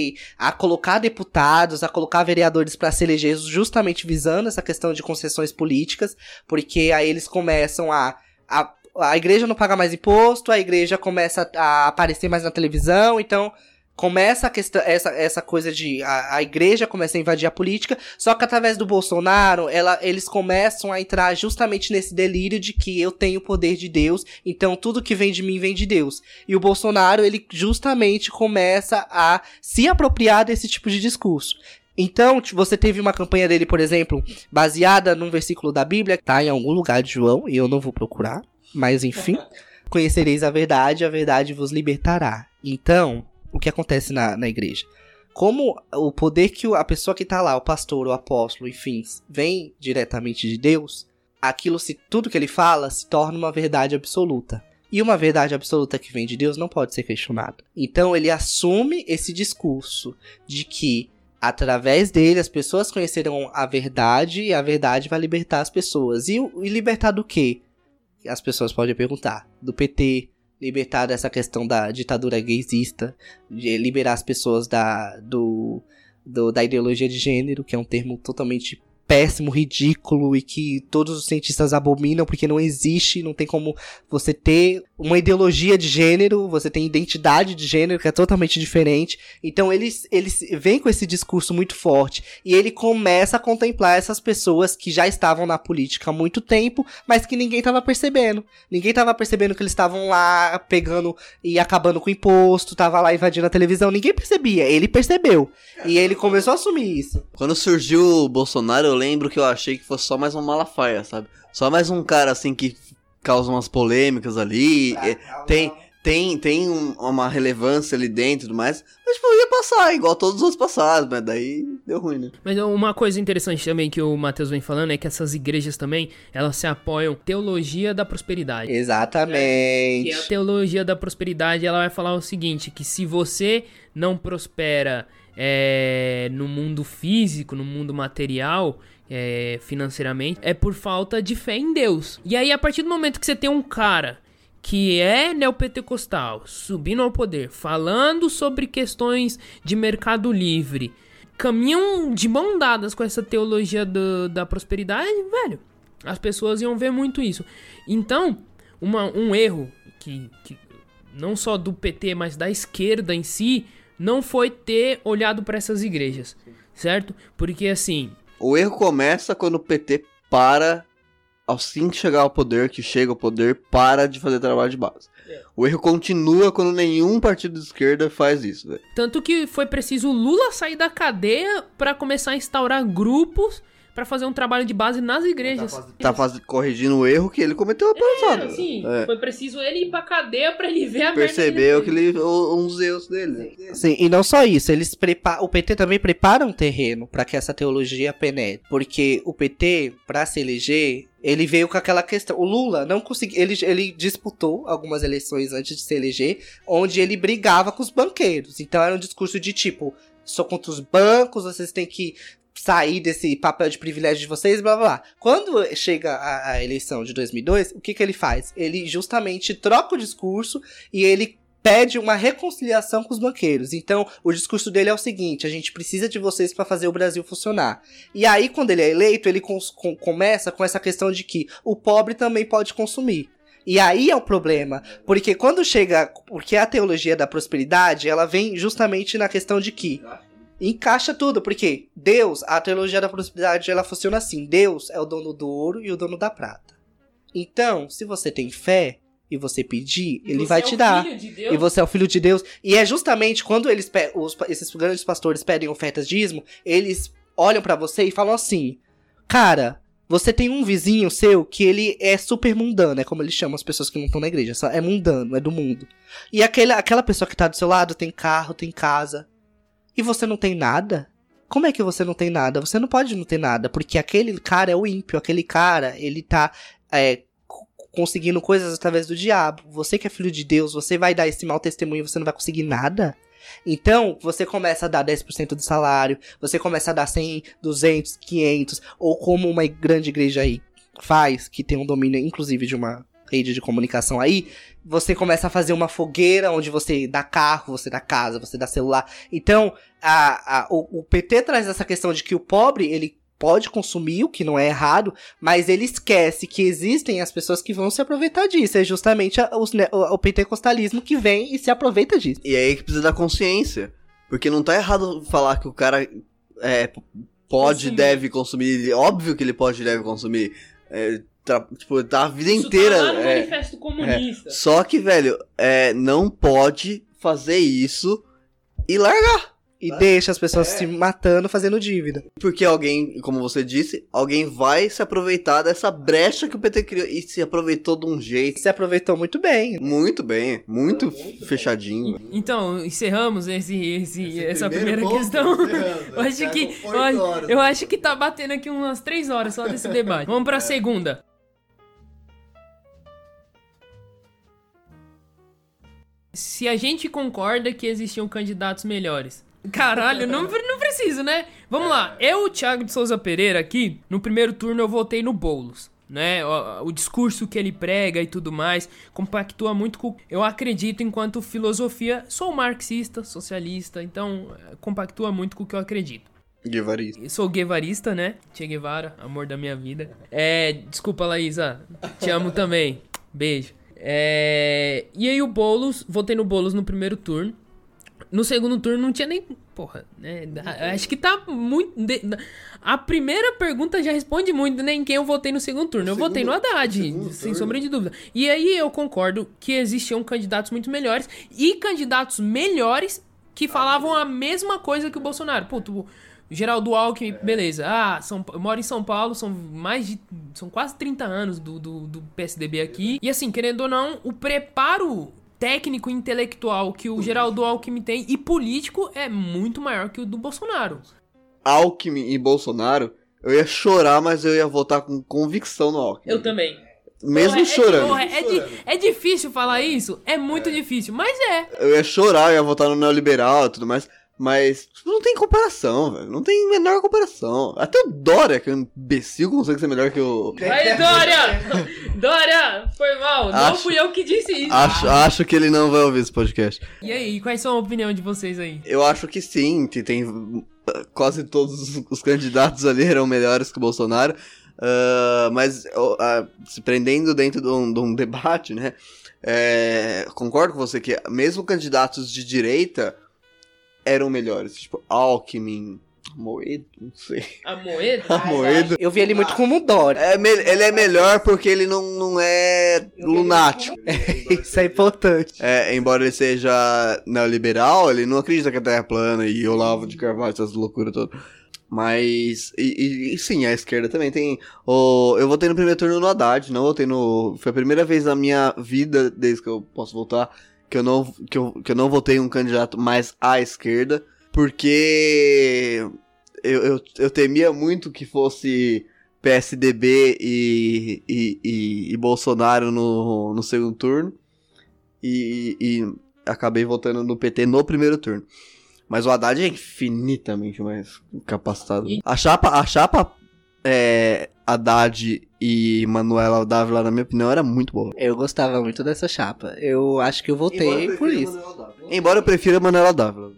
a colocar deputados, a colocar vereadores para se eleger justamente visando essa questão de concessões políticas, porque aí eles começam a igreja não paga mais imposto, a igreja começa a aparecer mais na televisão, então começa a questão, essa coisa de a igreja começa a invadir a política, só que através do Bolsonaro, eles começam a entrar justamente nesse delírio de que eu tenho o poder de Deus, então tudo que vem de mim vem de Deus. E o Bolsonaro, ele justamente começa a se apropriar desse tipo de discurso. Então, você teve uma campanha dele, por exemplo, baseada num versículo da Bíblia, tá em algum lugar de João, e eu não vou procurar, mas enfim. Conhecereis a verdade vos libertará. Então, o que acontece na igreja? Como o poder que a pessoa que tá lá, o pastor, o apóstolo, enfim, vem diretamente de Deus, tudo que ele fala se torna uma verdade absoluta. E uma verdade absoluta que vem de Deus não pode ser questionada. Então ele assume esse discurso de que através dele as pessoas conhecerão a verdade e a verdade vai libertar as pessoas. E libertar do quê? As pessoas podem perguntar. Do PT, libertar dessa questão da ditadura gaysista, de liberar as pessoas da ideologia de gênero, que é um termo totalmente péssimo, ridículo e que todos os cientistas abominam porque não existe, não tem como você ter uma ideologia de gênero, você tem identidade de gênero que é totalmente diferente. Então eles vêm com esse discurso muito forte e ele começa a contemplar essas pessoas que já estavam na política há muito tempo, mas que ninguém estava percebendo. Ninguém estava percebendo que eles estavam lá pegando e acabando com o imposto, tava lá invadindo a televisão, ninguém percebia, ele percebeu. E ele começou a assumir isso. Quando surgiu o Bolsonaro, eu lembro que eu achei que fosse só mais um Malafaia, sabe? Só mais um cara, assim, que causa umas polêmicas ali, tem uma relevância ali dentro e tudo mais, mas tipo, ia passar, igual todos os outros passados, mas daí deu ruim, né? Mas uma coisa interessante também que o Matheus vem falando é que essas igrejas também, elas se apoiam teologia da prosperidade. Exatamente. Que a teologia da prosperidade, ela vai falar o seguinte, que se você não prospera no mundo físico, no mundo material, financeiramente, é por falta de fé em Deus. E aí, a partir do momento que você tem um cara que é neopentecostal, subindo ao poder, falando sobre questões de mercado livre, caminham de mão dadas com essa teologia da prosperidade, velho, as pessoas iam ver muito isso. Então, um erro que não só do PT, mas da esquerda em si, não foi ter olhado para essas igrejas, certo? Porque assim... O erro começa quando o PT para, assim que chegar ao poder, que chega ao poder, para de fazer trabalho de base. O erro continua quando nenhum partido de esquerda faz isso, velho. Tanto que foi preciso o Lula sair da cadeia pra começar a instaurar grupos pra fazer um trabalho de base nas igrejas. Corrigindo o erro que ele cometeu ano passado. Sim, foi preciso ele ir pra cadeia pra ele ver a merda. Percebeu que uns erros dele. Sim, e não só isso, o PT também prepara um terreno pra que essa teologia penetre. Porque o PT, pra se eleger, ele veio com aquela questão. O Lula não conseguiu. Ele disputou algumas eleições antes de se eleger, onde ele brigava com os banqueiros. Então era um discurso de tipo: sou contra os bancos, vocês têm que sair desse papel de privilégio de vocês, blá blá blá. Quando chega a eleição de 2002, o que ele faz? Ele justamente troca o discurso e ele pede uma reconciliação com os banqueiros. Então, o discurso dele é o seguinte: a gente precisa de vocês para fazer o Brasil funcionar. E aí, quando ele é eleito, ele começa com essa questão de que o pobre também pode consumir. E aí é o problema, porque porque a teologia da prosperidade, ela vem justamente na questão de que encaixa tudo, porque Deus, a teologia da prosperidade, ela funciona assim: Deus é o dono do ouro e o dono da prata. Então, se você tem fé e você pedir, ele vai te dar. E você é o filho de Deus. E é justamente quando esses grandes pastores pedem ofertas dízimo, eles olham pra você e falam assim: cara, você tem um vizinho seu que ele é super mundano, é como eles chamam as pessoas que não estão na igreja, é mundano, é do mundo. E aquela pessoa que tá do seu lado tem carro, tem casa. E você não tem nada? Como é que você não tem nada? Você não pode não ter nada, porque aquele cara é o ímpio, aquele cara, ele tá conseguindo coisas através do diabo. Você que é filho de Deus, você vai dar esse mau testemunho e você não vai conseguir nada? Então, você começa a dar 10% do salário, você começa a dar 100, 200, 500, ou como uma grande igreja aí faz, que tem um domínio inclusive de uma rede de comunicação aí, você começa a fazer uma fogueira onde você dá carro, você dá casa, você dá celular. Então, o PT traz essa questão de que o pobre, ele pode consumir, o que não é errado, mas ele esquece que existem as pessoas que vão se aproveitar disso. É justamente o pentecostalismo que vem e se aproveita disso. E aí que precisa da consciência. Porque não tá errado falar que o cara deve consumir. Óbvio que ele pode e deve consumir. Tá a vida inteira. Tá lá no Manifesto Comunista. Só que, velho, não pode fazer isso e largar. E deixa as pessoas se matando, fazendo dívida. Porque alguém, como você disse, alguém vai se aproveitar dessa brecha que o PT criou. E se aproveitou de um jeito. Se aproveitou muito bem. Muito bem. Muito fechadinho. Então, encerramos essa primeira questão. Eu acho que tá batendo aqui umas 3 horas só desse debate. Vamos pra segunda. Se a gente concorda que existiam candidatos melhores. Caralho, não preciso, né? Vamos lá. Eu, Thiago de Souza Pereira, aqui, no primeiro turno eu votei no Boulos, né? O discurso que ele prega e tudo mais compactua muito com... Eu acredito enquanto filosofia, sou marxista, socialista, então compactua muito com o que eu acredito. Guevarista. Eu sou guevarista, né? Che Guevara, amor da minha vida. Desculpa, Laísa, te amo também. Beijo. E aí o Boulos, votei no Boulos no primeiro turno. No segundo turno não tinha nem... Porra, né? Acho que tá muito... A primeira pergunta já responde muito, né? Em quem eu votei no segundo turno. Eu votei no Haddad, sem sombra de dúvida. E aí eu concordo que existiam candidatos muito melhores e candidatos melhores que falavam a mesma coisa que o Bolsonaro. Puto, Geraldo Alckmin, beleza. Eu moro em São Paulo, são quase 30 anos do PSDB aqui. E assim, querendo ou não, o preparo técnico e intelectual que o Geraldo Alckmin tem e político é muito maior que o do Bolsonaro. Alckmin e Bolsonaro, eu ia chorar, mas eu ia votar com convicção no Alckmin. Eu também. Mesmo chorando. É difícil falar isso, é muito difícil, mas Eu ia chorar, eu ia votar no neoliberal e tudo mais, mas não tem comparação, velho. Não tem menor comparação. Até o Dória, que é um imbecil, consegue ser melhor que o... Aí, Dória! Dória, foi mal. Não fui eu que disse isso. Acho que ele não vai ouvir esse podcast. E aí, quais são a opinião de vocês aí? Eu acho que sim, tem... Quase todos os candidatos ali eram melhores que o Bolsonaro. Mas se prendendo dentro de um debate, né? Concordo com você que mesmo candidatos de direita eram melhores. Tipo, Alckmin, Moedo? Não sei. Amoedo? Amoedo. Eu vi ele muito como Dória. Ele é melhor porque ele não é lunático. Isso é importante. Embora ele seja neoliberal, ele não acredita que a Terra é plana e Olavo de Carvalho, essas loucuras todas. Mas, e sim, a esquerda também tem... Eu votei no primeiro turno no Haddad, não votei no... Foi a primeira vez na minha vida, desde que eu posso votar, que eu não votei em um candidato mais à esquerda, porque eu temia muito que fosse PSDB e Bolsonaro no segundo turno, e acabei votando no PT no primeiro turno. Mas o Haddad é infinitamente mais capacitado. A chapa Haddad e Manuela Dávila, na minha opinião, era muito boa. Eu gostava muito dessa chapa. Eu acho que eu votei por isso. Embora eu prefira a Manuela Dávila.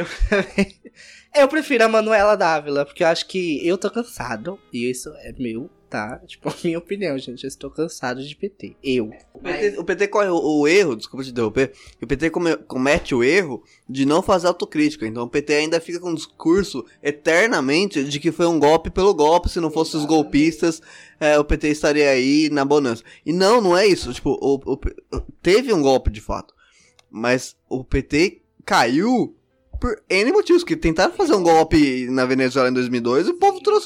Eu prefiro a Manuela Dávila, porque eu acho que eu tô cansado. E isso é meu, tá? Tipo, a minha opinião, gente. Eu estou cansado de PT. O PT corre o erro, desculpa te interromper, o PT comete o erro de não fazer autocrítica. Então o PT ainda fica com um discurso eternamente de que foi um golpe pelo golpe. Se não fossem os golpistas, o PT estaria aí na bonança. E não é isso. Tipo, teve um golpe de fato. Mas o PT caiu por N motivos, que tentaram fazer um golpe na Venezuela em 2002 e o povo trouxe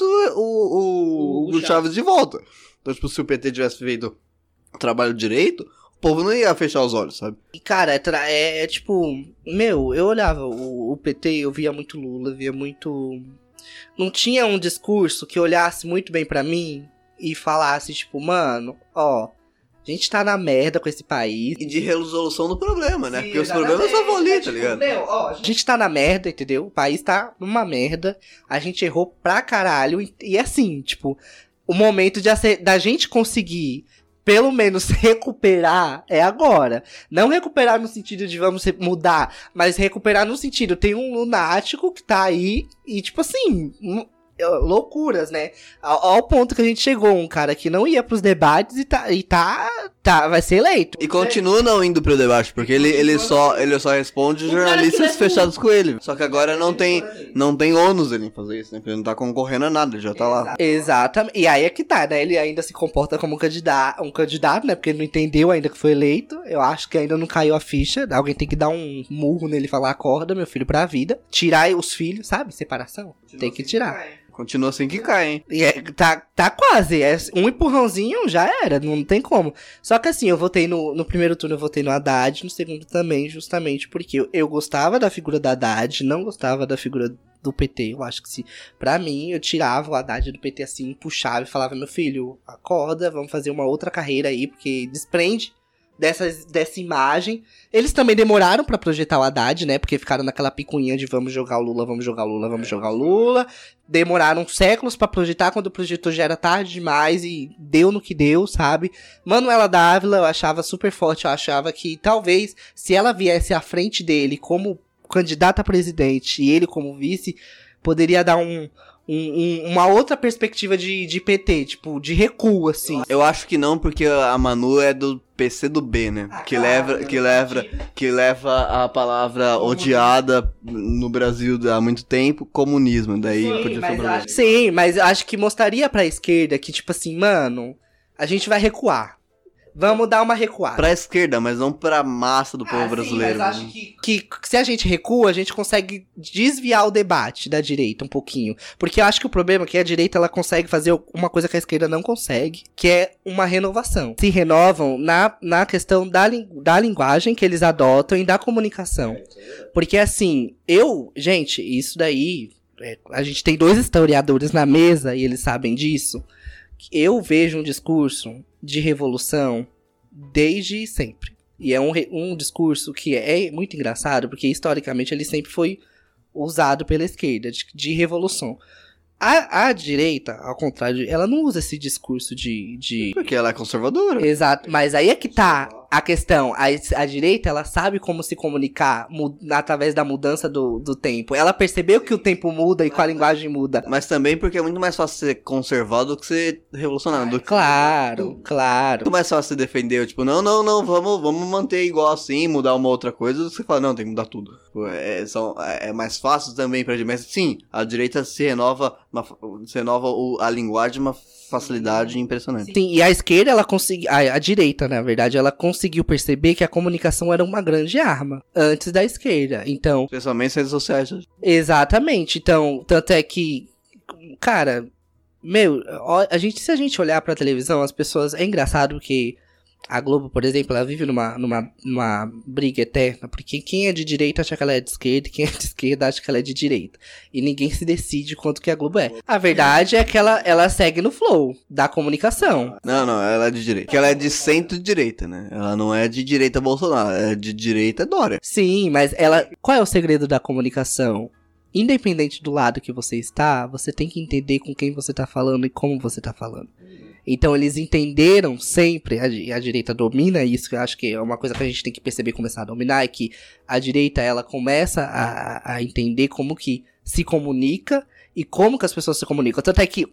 o Hugo Chávez de volta. Então, tipo, se o PT tivesse feito o trabalho direito, o povo não ia fechar os olhos, sabe? E, cara, tipo... Meu, eu olhava o PT, eu via muito Lula, via muito... Não tinha um discurso que olhasse muito bem pra mim e falasse, tipo, mano, ó... A gente tá na merda com esse país. E de resolução do problema, né? Sim, porque exatamente. Os problemas só vão ali, tá ligado? A gente tá na merda, entendeu? O país tá numa merda. A gente errou pra caralho. E assim, tipo, o momento da gente conseguir, pelo menos, recuperar é agora. Não recuperar no sentido de vamos mudar, mas recuperar no sentido, tem um lunático que tá aí e, tipo assim... loucuras, né? Ao ponto que a gente chegou, um cara que não ia pros debates vai ser eleito. E continua não indo pro debate, porque ele só responde jornalistas fechados com ele. Só que agora não tem ônus ele em fazer isso, né? Porque ele não tá concorrendo a nada, ele já tá lá. Exatamente. E aí é que tá, né? Ele ainda se comporta como um candidato, né? Porque ele não entendeu ainda que foi eleito. Eu acho que ainda não caiu a ficha. Alguém tem que dar um murro nele e falar, acorda, meu filho, pra vida. Tirar os filhos, sabe? Separação. Tem que tirar. Continua assim que cai, hein? E tá quase. Um empurrãozinho já era, não tem como. Só que assim, eu votei no primeiro turno, eu votei no Haddad, no segundo também, justamente porque eu gostava da figura da Haddad, não gostava da figura do PT. Eu acho que pra mim, eu tirava o Haddad do PT assim, puxava e falava, meu filho, acorda, vamos fazer uma outra carreira aí, porque desprende dessa imagem. Eles também demoraram pra projetar o Haddad, né? Porque ficaram naquela picuinha de vamos jogar o Lula, vamos jogar o Lula, vamos jogar o Lula. Demoraram séculos pra projetar, quando projetou já era tarde demais e deu no que deu, sabe? Manuela Dávila eu achava super forte, eu achava que talvez se ela viesse à frente dele como candidata a presidente e ele como vice, poderia dar uma outra perspectiva de PT, tipo, de recuo, assim. Eu acho que não, porque a Manu é do PC do B, né? Que leva a palavra odiada no Brasil há muito tempo, comunismo. Daí podia ser problema. Sim, mas acho que mostraria pra esquerda que, tipo assim, mano, a gente vai recuar. Vamos dar uma recuada. Pra esquerda, mas não pra massa do povo brasileiro. Sim, mas acho que se a gente recua, a gente consegue desviar o debate da direita um pouquinho. Porque eu acho que o problema é que a direita ela consegue fazer uma coisa que a esquerda não consegue, que é uma renovação. Se renovam na questão da linguagem que eles adotam e da comunicação. Porque assim, gente, isso daí... a gente tem 2 historiadores na mesa e eles sabem disso. Eu vejo um discurso de revolução desde sempre. E é um discurso que é muito engraçado, porque historicamente ele sempre foi usado pela esquerda, de revolução. A direita, ao contrário, ela não usa esse discurso de... Porque ela é conservadora. Exato, mas aí é que tá. a questão, a direita, ela sabe como se comunicar através da mudança do tempo. Ela percebeu que o tempo muda e que a linguagem muda. Mas também porque é muito mais fácil ser conservado do que ser revolucionário. Claro. Muito mais fácil você defender, tipo, não, vamos manter igual assim, mudar uma outra coisa, do que você fala, não, tem que mudar tudo. É mais fácil também pra direita. Mas sim, a direita se renova a linguagem de uma facilidade impressionante. Sim, e a esquerda, ela conseguiu, a direita, na verdade, ela conseguiu perceber que a comunicação era uma grande arma antes da esquerda. Então, especialmente as redes sociais. Exatamente. Então, tanto é que, cara, se a gente olhar pra televisão, as pessoas, é engraçado que a Globo, por exemplo, ela vive numa briga eterna, porque quem é de direita acha que ela é de esquerda, e quem é de esquerda acha que ela é de direita. E ninguém se decide quanto que a Globo é. A verdade é que ela segue no flow da comunicação. Não, ela é de direita. Porque ela é de centro-direita, né? Ela não é de direita Bolsonaro, é de direita Dória. Sim, mas qual é o segredo da comunicação? Independente do lado que você está, você tem que entender com quem você tá falando e como você tá falando. Então eles entenderam sempre, a direita domina isso, que eu acho que é uma coisa que a gente tem que perceber, começar a dominar, é que a direita, ela começa a entender como que se comunica e como que as pessoas se comunicam. Tanto é que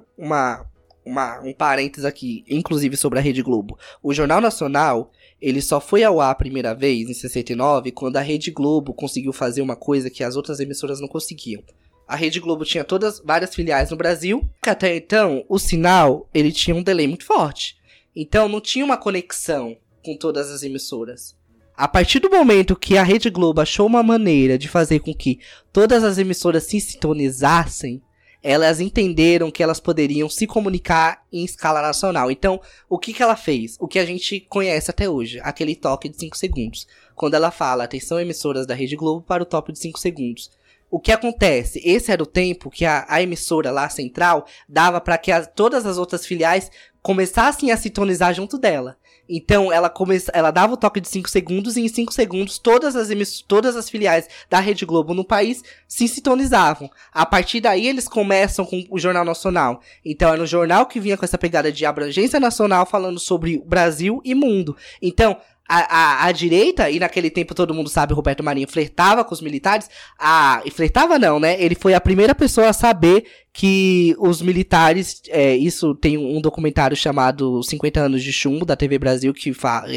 um parênteses aqui, inclusive sobre a Rede Globo. O Jornal Nacional, ele só foi ao ar a primeira vez, em 69, quando a Rede Globo conseguiu fazer uma coisa que as outras emissoras não conseguiam. A Rede Globo tinha várias filiais no Brasil, que até então, o sinal, ele tinha um delay muito forte. Então, não tinha uma conexão com todas as emissoras. A partir do momento que a Rede Globo achou uma maneira de fazer com que todas as emissoras se sintonizassem, elas entenderam que elas poderiam se comunicar em escala nacional. Então, o que ela fez? O que a gente conhece até hoje, aquele toque de 5 segundos. Quando ela fala, atenção emissoras da Rede Globo para o toque de 5 segundos. O que acontece? Esse era o tempo que a emissora lá, central, dava para que todas as outras filiais começassem a sintonizar junto dela. Então, ela dava o toque de 5 segundos e em 5 segundos todas as filiais da Rede Globo no país se sintonizavam. A partir daí, eles começam com o Jornal Nacional. Então, era um jornal que vinha com essa pegada de abrangência nacional, falando sobre Brasil e mundo. Então, a direita, e naquele tempo todo mundo sabe, Roberto Marinho flertava com os militares. E flertava não, né? Ele foi a primeira pessoa a saber que os militares, isso tem um documentário chamado 50 anos de chumbo, da TV Brasil, que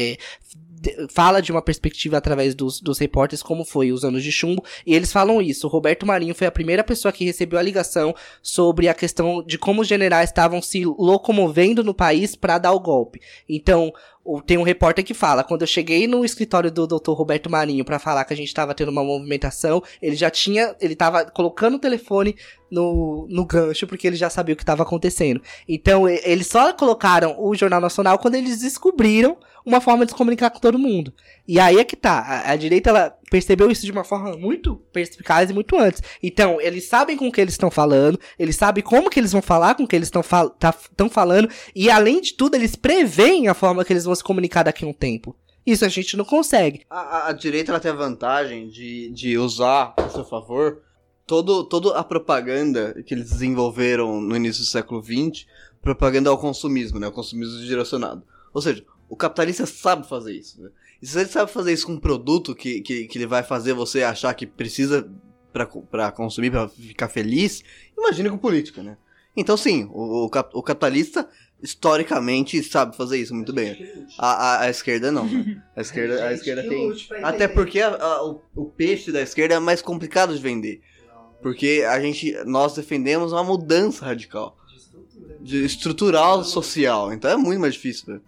fala de uma perspectiva através dos repórteres como foi os anos de chumbo, e eles falam isso. O Roberto Marinho foi a primeira pessoa que recebeu a ligação sobre a questão de como os generais estavam se locomovendo no país para dar o golpe. Então, tem um repórter que fala, quando eu cheguei no escritório do Dr. Roberto Marinho pra falar que a gente tava tendo uma movimentação, ele tava colocando o telefone no gancho, porque ele já sabia o que tava acontecendo. Então, eles só colocaram o Jornal Nacional quando eles descobriram uma forma de se comunicar com todo mundo. E aí é que tá, a direita, ela percebeu isso de uma forma muito perspicaz e muito antes. Então, eles sabem com o que eles estão falando, eles sabem como que eles vão falar com o que eles estão falando, e além de tudo, eles preveem a forma que eles vão se comunicar daqui a um tempo. Isso a gente não consegue. A direita, ela tem a vantagem de usar a seu favor toda a propaganda que eles desenvolveram no início do século XX, propaganda ao consumismo, né? O consumismo direcionado. Ou seja, o capitalista sabe fazer isso, né? E se ele sabe fazer isso com um produto que ele vai fazer você achar que precisa pra consumir, pra ficar feliz, imagina com política, né? Então sim, o capitalista historicamente sabe fazer isso muito bem. A esquerda não, né? A esquerda tem... Até porque o peixe da esquerda é mais complicado de vender. Porque nós defendemos uma mudança radical. Estrutural, social. Então é muito mais difícil, velho.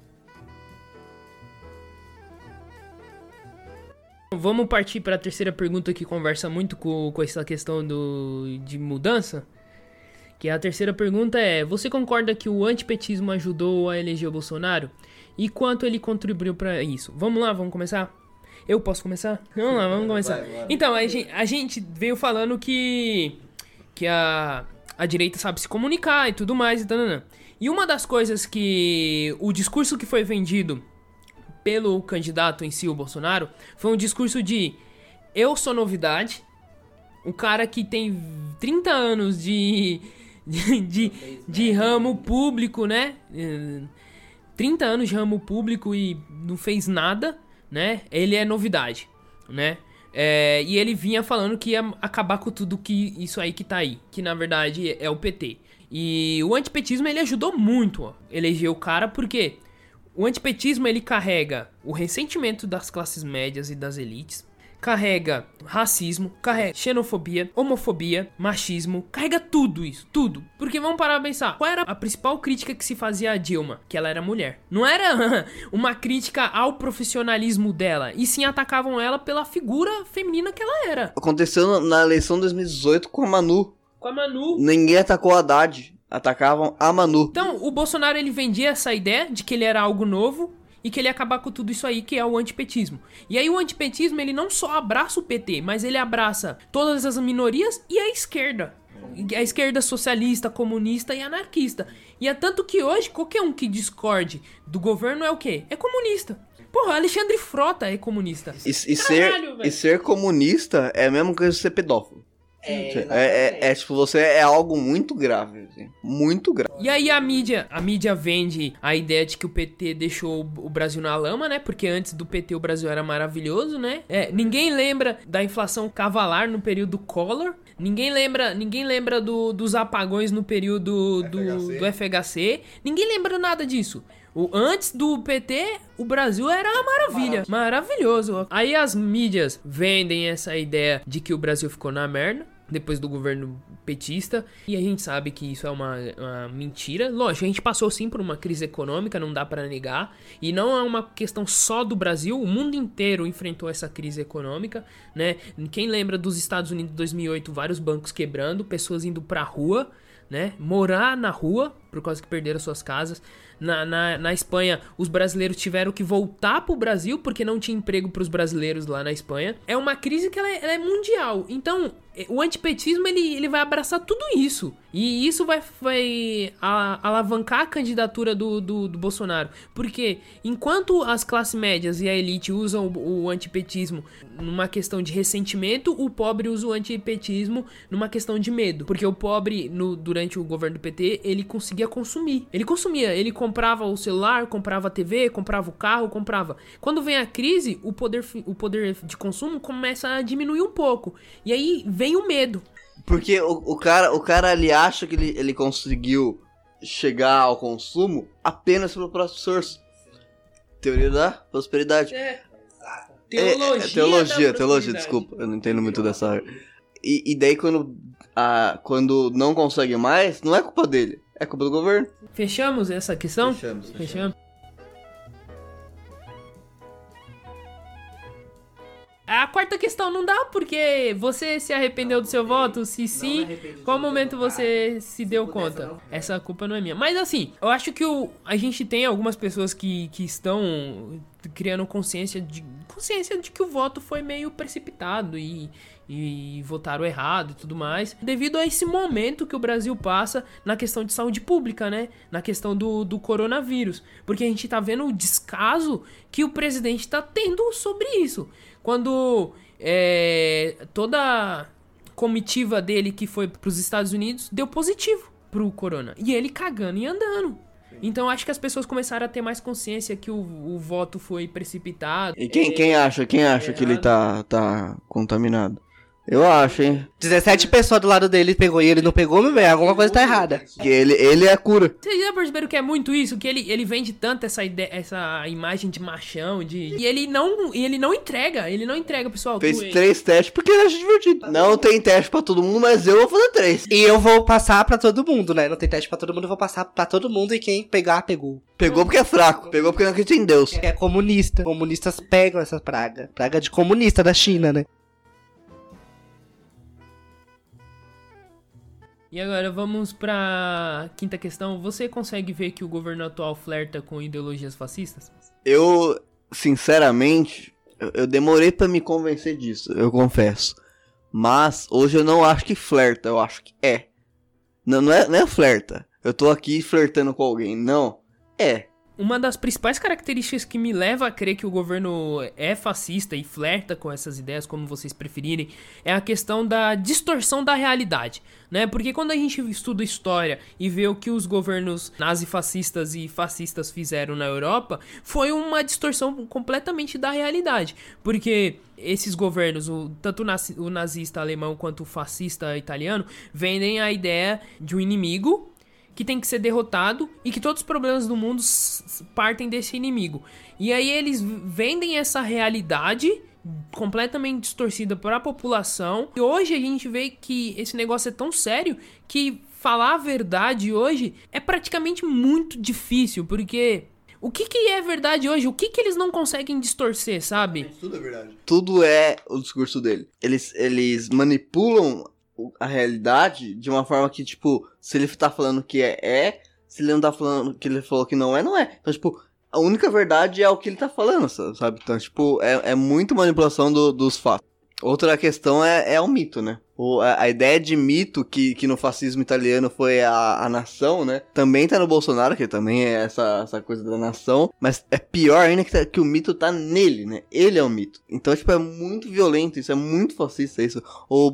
Vamos partir para a terceira pergunta que conversa muito com essa questão de mudança. Que a terceira pergunta é: você concorda que o antipetismo ajudou a eleger o Bolsonaro? E quanto ele contribuiu para isso? Vamos lá, vamos começar? Eu posso começar? Vamos lá, vamos começar. Vai. Então, a gente veio falando que a direita sabe se comunicar e tudo mais. E uma das coisas que o discurso que foi vendido pelo candidato em si, o Bolsonaro, foi um discurso de: eu sou novidade, o cara que tem 30 anos de ramo público, né? 30 anos de ramo público e não fez nada, né? Ele é novidade, né? E ele vinha falando que ia acabar com tudo que isso aí que tá aí, que na verdade é o PT. E o antipetismo, ele ajudou muito a eleger o cara, porque o antipetismo, ele carrega o ressentimento das classes médias e das elites, carrega racismo, carrega xenofobia, homofobia, machismo, carrega tudo isso, tudo. Porque vamos parar pra pensar, qual era a principal crítica que se fazia a Dilma? Que ela era mulher. Não era uma crítica ao profissionalismo dela, e sim atacavam ela pela figura feminina que ela era. Aconteceu na eleição de 2018 com a Manu. Com a Manu. Ninguém atacou a Haddad, atacavam a Manu. Então, o Bolsonaro, ele vendia essa ideia de que ele era algo novo, e que ele ia acabar com tudo isso aí, que é o antipetismo. E aí o antipetismo, ele não só abraça o PT, mas ele abraça todas as minorias e a esquerda. A esquerda socialista, comunista e anarquista. E é tanto que hoje, qualquer um que discorde do governo é o quê? É comunista. Porra, Alexandre Frota é comunista. E ser comunista é a mesma coisa que ser pedófilo. Tipo, você é algo muito grave, assim, muito grave. E aí a mídia vende a ideia de que o PT deixou o Brasil na lama, né? Porque antes do PT o Brasil era maravilhoso, né? Ninguém lembra da inflação cavalar no período Collor. Ninguém lembra dos apagões no período do FHC. Ninguém lembra nada disso. Antes do PT, o Brasil era uma maravilha. Maravilhoso. Aí as mídias vendem essa ideia de que o Brasil ficou na merda depois do governo petista, e a gente sabe que isso é uma mentira. Lógico, a gente passou sim por uma crise econômica, não dá pra negar, e não é uma questão só do Brasil, o mundo inteiro enfrentou essa crise econômica, né? Quem lembra dos Estados Unidos em 2008, vários bancos quebrando, pessoas indo pra rua, né? Morar na rua, por causa que perderam suas casas. Na Espanha, os brasileiros tiveram que voltar pro Brasil, porque não tinha emprego pros brasileiros lá na Espanha. É uma crise que ela é mundial. Então, o antipetismo, ele vai abraçar tudo isso. E isso vai alavancar a candidatura do Bolsonaro. Porque enquanto as classes médias e a elite usam o antipetismo numa questão de ressentimento, o pobre usa o antipetismo numa questão de medo. Porque o pobre, durante o governo do PT, ele conseguia consumir. Ele comprava o celular, comprava a TV, comprava o carro, comprava. Quando vem a crise, o poder de consumo começa a diminuir um pouco. E aí vem o medo. Porque o cara ele acha que ele conseguiu chegar ao consumo apenas pelo próprio esforço. Teoria da prosperidade. Teologia, desculpa. Eu não entendo muito dessa área. E daí quando não consegue mais, não é culpa dele. É culpa do governo. Fechamos essa questão? Fechamos. A quarta questão não dá, porque você se arrependeu do seu voto? Se sim, qual momento você se deu conta? Essa culpa não é minha. Mas assim, eu acho que a gente tem algumas pessoas que estão criando consciência de que o voto foi meio precipitado e votaram errado e tudo mais, devido a esse momento que o Brasil passa na questão de saúde pública, né? Na questão do coronavírus. Porque a gente tá vendo o descaso que o presidente tá tendo sobre isso. Quando toda a comitiva dele que foi pros Estados Unidos deu positivo pro corona. E ele cagando e andando. Então acho que as pessoas começaram a ter mais consciência que o voto foi precipitado. E quem acha que ele tá contaminado? Eu acho, hein? 17 pessoas do lado dele pegou e ele não pegou, meu bem, alguma coisa tá errada. Que ele é a cura. Vocês já perceberam que é muito isso? Que ele vende tanto essa ideia, essa imagem de machão, e ele não entrega, pessoal. Fez 3 testes porque ele acha divertido. Não tem teste pra todo mundo, mas eu vou fazer 3. E eu vou passar pra todo mundo, né? Não tem teste pra todo mundo, eu vou passar pra todo mundo e quem pegar, pegou. Pegou porque é fraco, pegou porque não acredita em Deus. É comunista. Comunistas pegam essa praga. Praga de comunista da China, né? E agora vamos pra quinta questão. Você consegue ver que o governo atual flerta com ideologias fascistas? Eu, sinceramente, eu demorei pra me convencer disso, eu confesso. Mas hoje eu não acho que flerta, eu acho que é. Não é flerta. Eu tô aqui flertando com alguém, não. É. uma das principais características que me leva a crer que o governo é fascista e flerta com essas ideias, como vocês preferirem, é a questão da distorção da realidade, né? Porque quando a gente estuda história e vê o que os governos nazifascistas e fascistas fizeram na Europa, foi uma distorção completamente da realidade. Porque esses governos, tanto o nazista alemão quanto o fascista italiano, vendem a ideia de um inimigo que tem que ser derrotado e que todos os problemas do mundo partem desse inimigo. E aí eles vendem essa realidade completamente distorcida para a população. E hoje a gente vê que esse negócio é tão sério que falar a verdade hoje é praticamente muito difícil, porque o que é verdade hoje? O que eles não conseguem distorcer, sabe? Tudo é verdade. Tudo é o discurso dele. Eles manipulam a realidade de uma forma que, tipo, se ele tá falando que é, se ele não tá falando que ele falou que não é, não é. Então, tipo, a única verdade é o que ele tá falando, sabe? Então, tipo, é muito manipulação dos fatos. Outra questão é o mito, né? A ideia de mito que no fascismo italiano foi a nação, né? Também tá no Bolsonaro, que também é essa coisa da nação. Mas é pior ainda que o mito tá nele, né? Ele é o mito. Então, tipo, é muito violento isso, é muito fascista isso.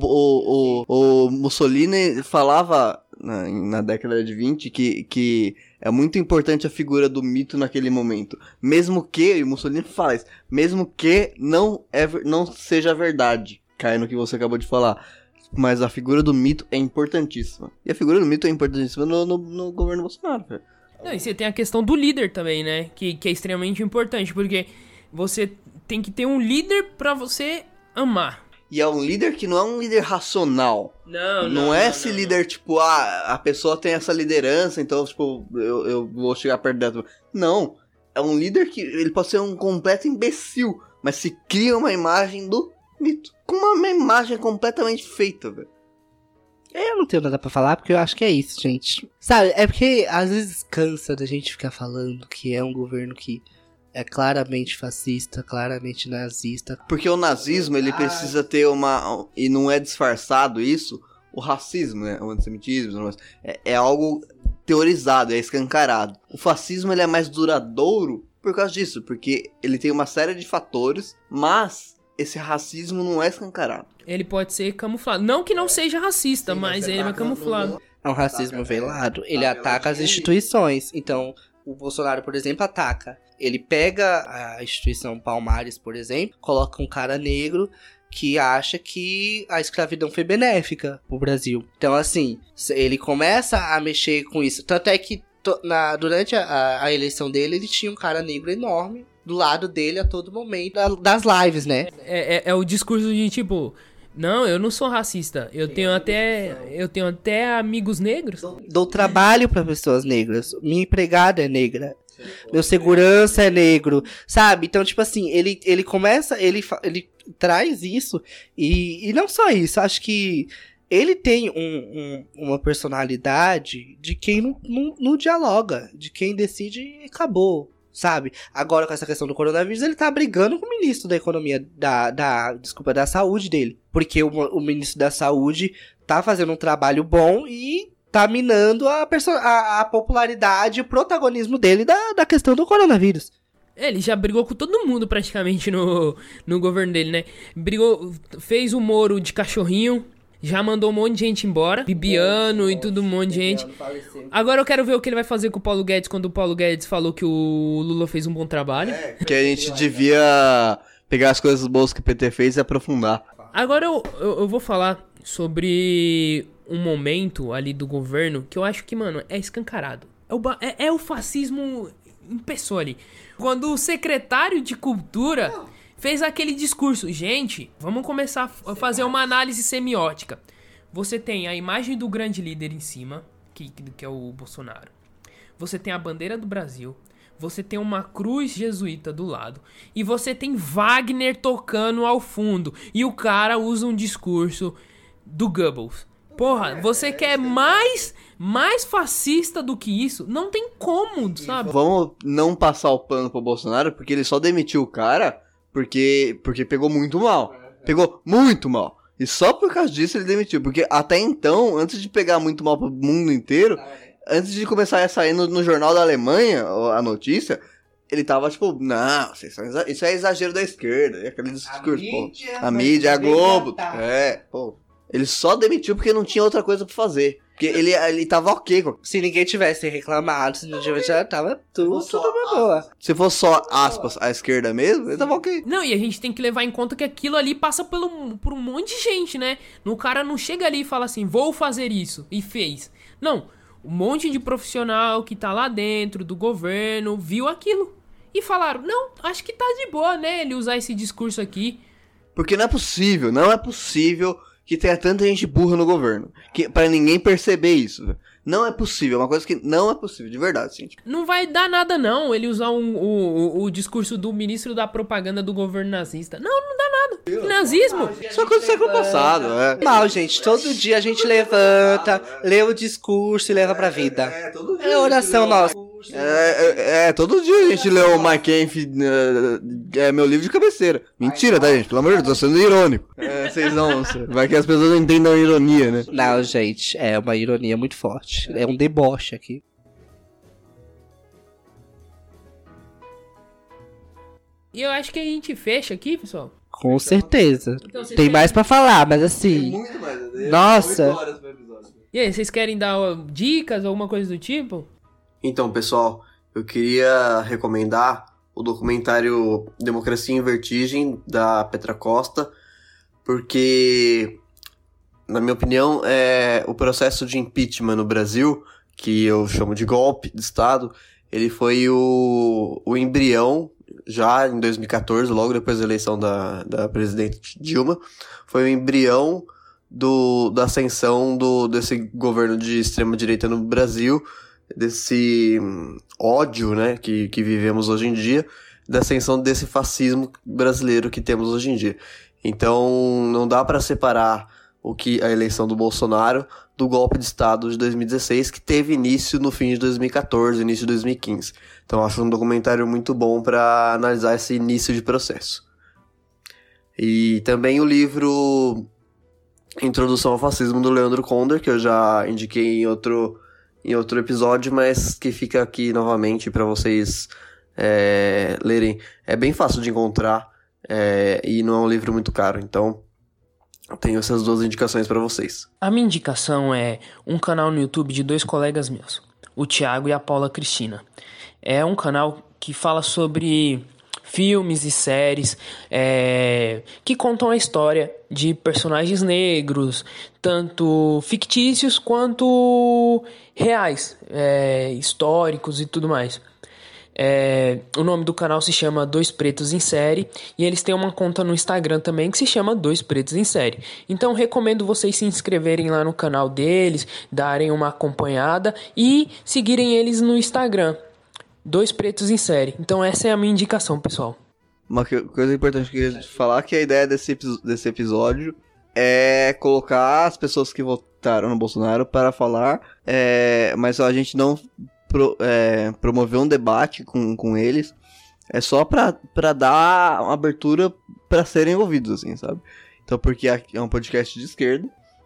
O Mussolini falava na década de 20 que é muito importante a figura do mito naquele momento. Mesmo que, e o Mussolini fala isso, mesmo que não seja verdade. Cai no que você acabou de falar. Mas a figura do mito é importantíssima. E a figura do mito é importantíssima no governo Bolsonaro, velho. Não, e você tem a questão do líder também, né? Que é extremamente importante, porque você tem que ter um líder pra você amar. E é um líder que não é um líder racional. Não é esse líder, tipo, a pessoa tem essa liderança, então, tipo, eu vou chegar perto dela. Não. É um líder que ele pode ser um completo imbecil, mas se cria uma imagem do mito. Com uma imagem completamente feita, velho. Eu não tenho nada pra falar, porque eu acho que é isso, gente. Sabe, é porque às vezes cansa da gente ficar falando que é um governo que é claramente fascista, claramente nazista. Porque o nazismo, ele precisa ter e não é disfarçado isso, o racismo, né? O antissemitismo, é algo teorizado, é escancarado. O fascismo, ele é mais duradouro por causa disso, porque ele tem uma série de fatores, mas esse racismo não é escancarado. Ele pode ser camuflado. Não que não seja racista, mas ele é camuflado. É um racismo velado. Ele ataca as instituições. Então, o Bolsonaro, por exemplo, ataca. Ele pega a instituição Palmares, por exemplo, coloca um cara negro que acha que a escravidão foi benéfica pro Brasil. Então, assim, ele começa a mexer com isso. Tanto é que durante a eleição dele, ele tinha um cara negro enorme do lado dele a todo momento das lives, né? É o discurso de tipo, não, eu não sou racista, eu tenho até amigos negros. Dou trabalho para pessoas negras, minha empregada é negra, meu segurança é negro, sabe? Então, tipo assim, ele começa, ele traz isso e não só isso, acho que ele tem uma personalidade de quem não dialoga, de quem decide e acabou. Sabe? Agora, com essa questão do coronavírus, ele tá brigando com o ministro da economia, da saúde dele. Porque o ministro da saúde tá fazendo um trabalho bom e tá minando a popularidade e o protagonismo dele da questão do coronavírus. Ele já brigou com todo mundo praticamente no governo dele, né? Fez o Moro de cachorrinho. Já mandou um monte de gente embora. Bibiano e tudo, um monte de gente. Agora eu quero ver o que ele vai fazer com o Paulo Guedes quando o Paulo Guedes falou que o Lula fez um bom trabalho. Que a gente devia pegar as coisas boas que o PT fez e aprofundar. Agora eu vou falar sobre um momento ali do governo que eu acho que, mano, é escancarado. É o fascismo em pessoa ali. Quando o secretário de Cultura fez aquele discurso. Gente, vamos começar a fazer uma análise semiótica. Você tem a imagem do grande líder em cima, que é o Bolsonaro. Você tem a bandeira do Brasil. Você tem uma cruz jesuíta do lado. E você tem Wagner tocando ao fundo. E o cara usa um discurso do Goebbels. Porra, você quer mais fascista do que isso? Não tem como, sabe? Vamos não passar o pano pro Bolsonaro, porque ele só demitiu o cara porque pegou muito mal. Pegou muito mal. E só por causa disso ele demitiu. Porque até então, antes de pegar muito mal pro mundo inteiro, Antes de começar a sair no jornal da Alemanha, a notícia, ele tava tipo, não, isso é exagero da esquerda. E aquele discurso, a mídia, a Globo. Pô. Ele só demitiu porque não tinha outra coisa pra fazer. Porque ele tava ok. Se ninguém tivesse reclamado, se não tivesse, já tava tudo boa. Se fosse só, aspas, a esquerda mesmo, ele tava ok. Não, e a gente tem que levar em conta que aquilo ali passa por um monte de gente, né? O cara não chega ali e fala assim, vou fazer isso, e fez. Não, um monte de profissional que tá lá dentro do governo viu aquilo. E falaram, não, acho que tá de boa, né, ele usar esse discurso aqui. Porque não é possível que tenha tanta gente burra no governo. Pra ninguém perceber isso, velho. Não é possível, é uma coisa que não é possível, de verdade, assim. Tipo. Não vai dar nada, não, ele usar o discurso do ministro da propaganda do governo nazista. Não dá nada. Nazismo? Isso é coisa do século passado, Mal, gente, todo dia a gente levanta, lê o discurso e leva pra vida. Todo dia. É oração nossa. Todo dia a gente lê o Mike Kempf, é meu livro de cabeceira. Mentira, tá, gente? Pelo amor de Deus, tô sendo irônico. Vocês não, vai que as pessoas não entendam a ironia, né? Não, gente, é uma ironia muito forte. É um deboche aqui. E eu acho que a gente fecha aqui, pessoal. Com certeza. Então, vocês Tem querem- mais pra falar, mas assim... Muito mais. Nossa. 8 horas pro episódio. E aí, vocês querem dar dicas ou alguma coisa do tipo? Então, pessoal, eu queria recomendar o documentário Democracia em Vertigem, da Petra Costa, porque, na minha opinião, o processo de impeachment no Brasil, que eu chamo de golpe de Estado, ele foi o embrião, já em 2014, logo depois da eleição da presidente Dilma, foi o embrião da ascensão desse governo de extrema-direita no Brasil, desse ódio, né, que vivemos hoje em dia, da ascensão desse fascismo brasileiro que temos hoje em dia. Então, não dá para separar a eleição do Bolsonaro do golpe de Estado de 2016, que teve início no fim de 2014, início de 2015. Então, acho um documentário muito bom para analisar esse início de processo. E também o livro Introdução ao Fascismo, do Leandro Konder, que eu já indiquei em outro episódio, mas que fica aqui novamente para vocês lerem. É bem fácil de encontrar e não é um livro muito caro, então tenho essas duas indicações para vocês. A minha indicação é um canal no YouTube de 2 colegas meus, o Thiago e a Paula Cristina. É um canal que fala sobre filmes e séries que contam a história de personagens negros, tanto fictícios quanto reais, históricos e tudo mais. O nome do canal se chama Dois Pretos em Série, e eles têm uma conta no Instagram também que se chama Dois Pretos em Série. Então recomendo vocês se inscreverem lá no canal deles, darem uma acompanhada e seguirem eles no Instagram, Dois Pretos em Série. Então essa é a minha indicação, pessoal. Uma coisa importante que eu queria falar, que a ideia desse episódio é colocar as pessoas que votaram no Bolsonaro para falar, mas a gente não promover um debate com eles, é só pra dar uma abertura pra serem ouvidos, assim, sabe? Então, porque é um podcast de esquerda,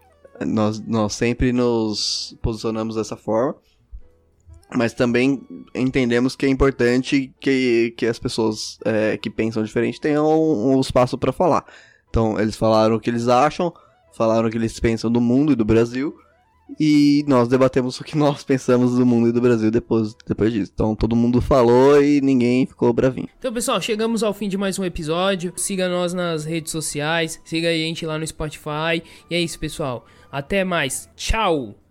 nós sempre nos posicionamos dessa forma, mas também entendemos que é importante que as pessoas que pensam diferente tenham um espaço pra falar. Então, eles falaram o que eles acham, falaram o que eles pensam do mundo e do Brasil, e nós debatemos o que nós pensamos do mundo e do Brasil depois disso. Então todo mundo falou e ninguém ficou bravinho. Então, pessoal, chegamos ao fim de mais um episódio. Siga nós nas redes sociais, siga a gente lá no Spotify. E é isso, pessoal. Até mais. Tchau!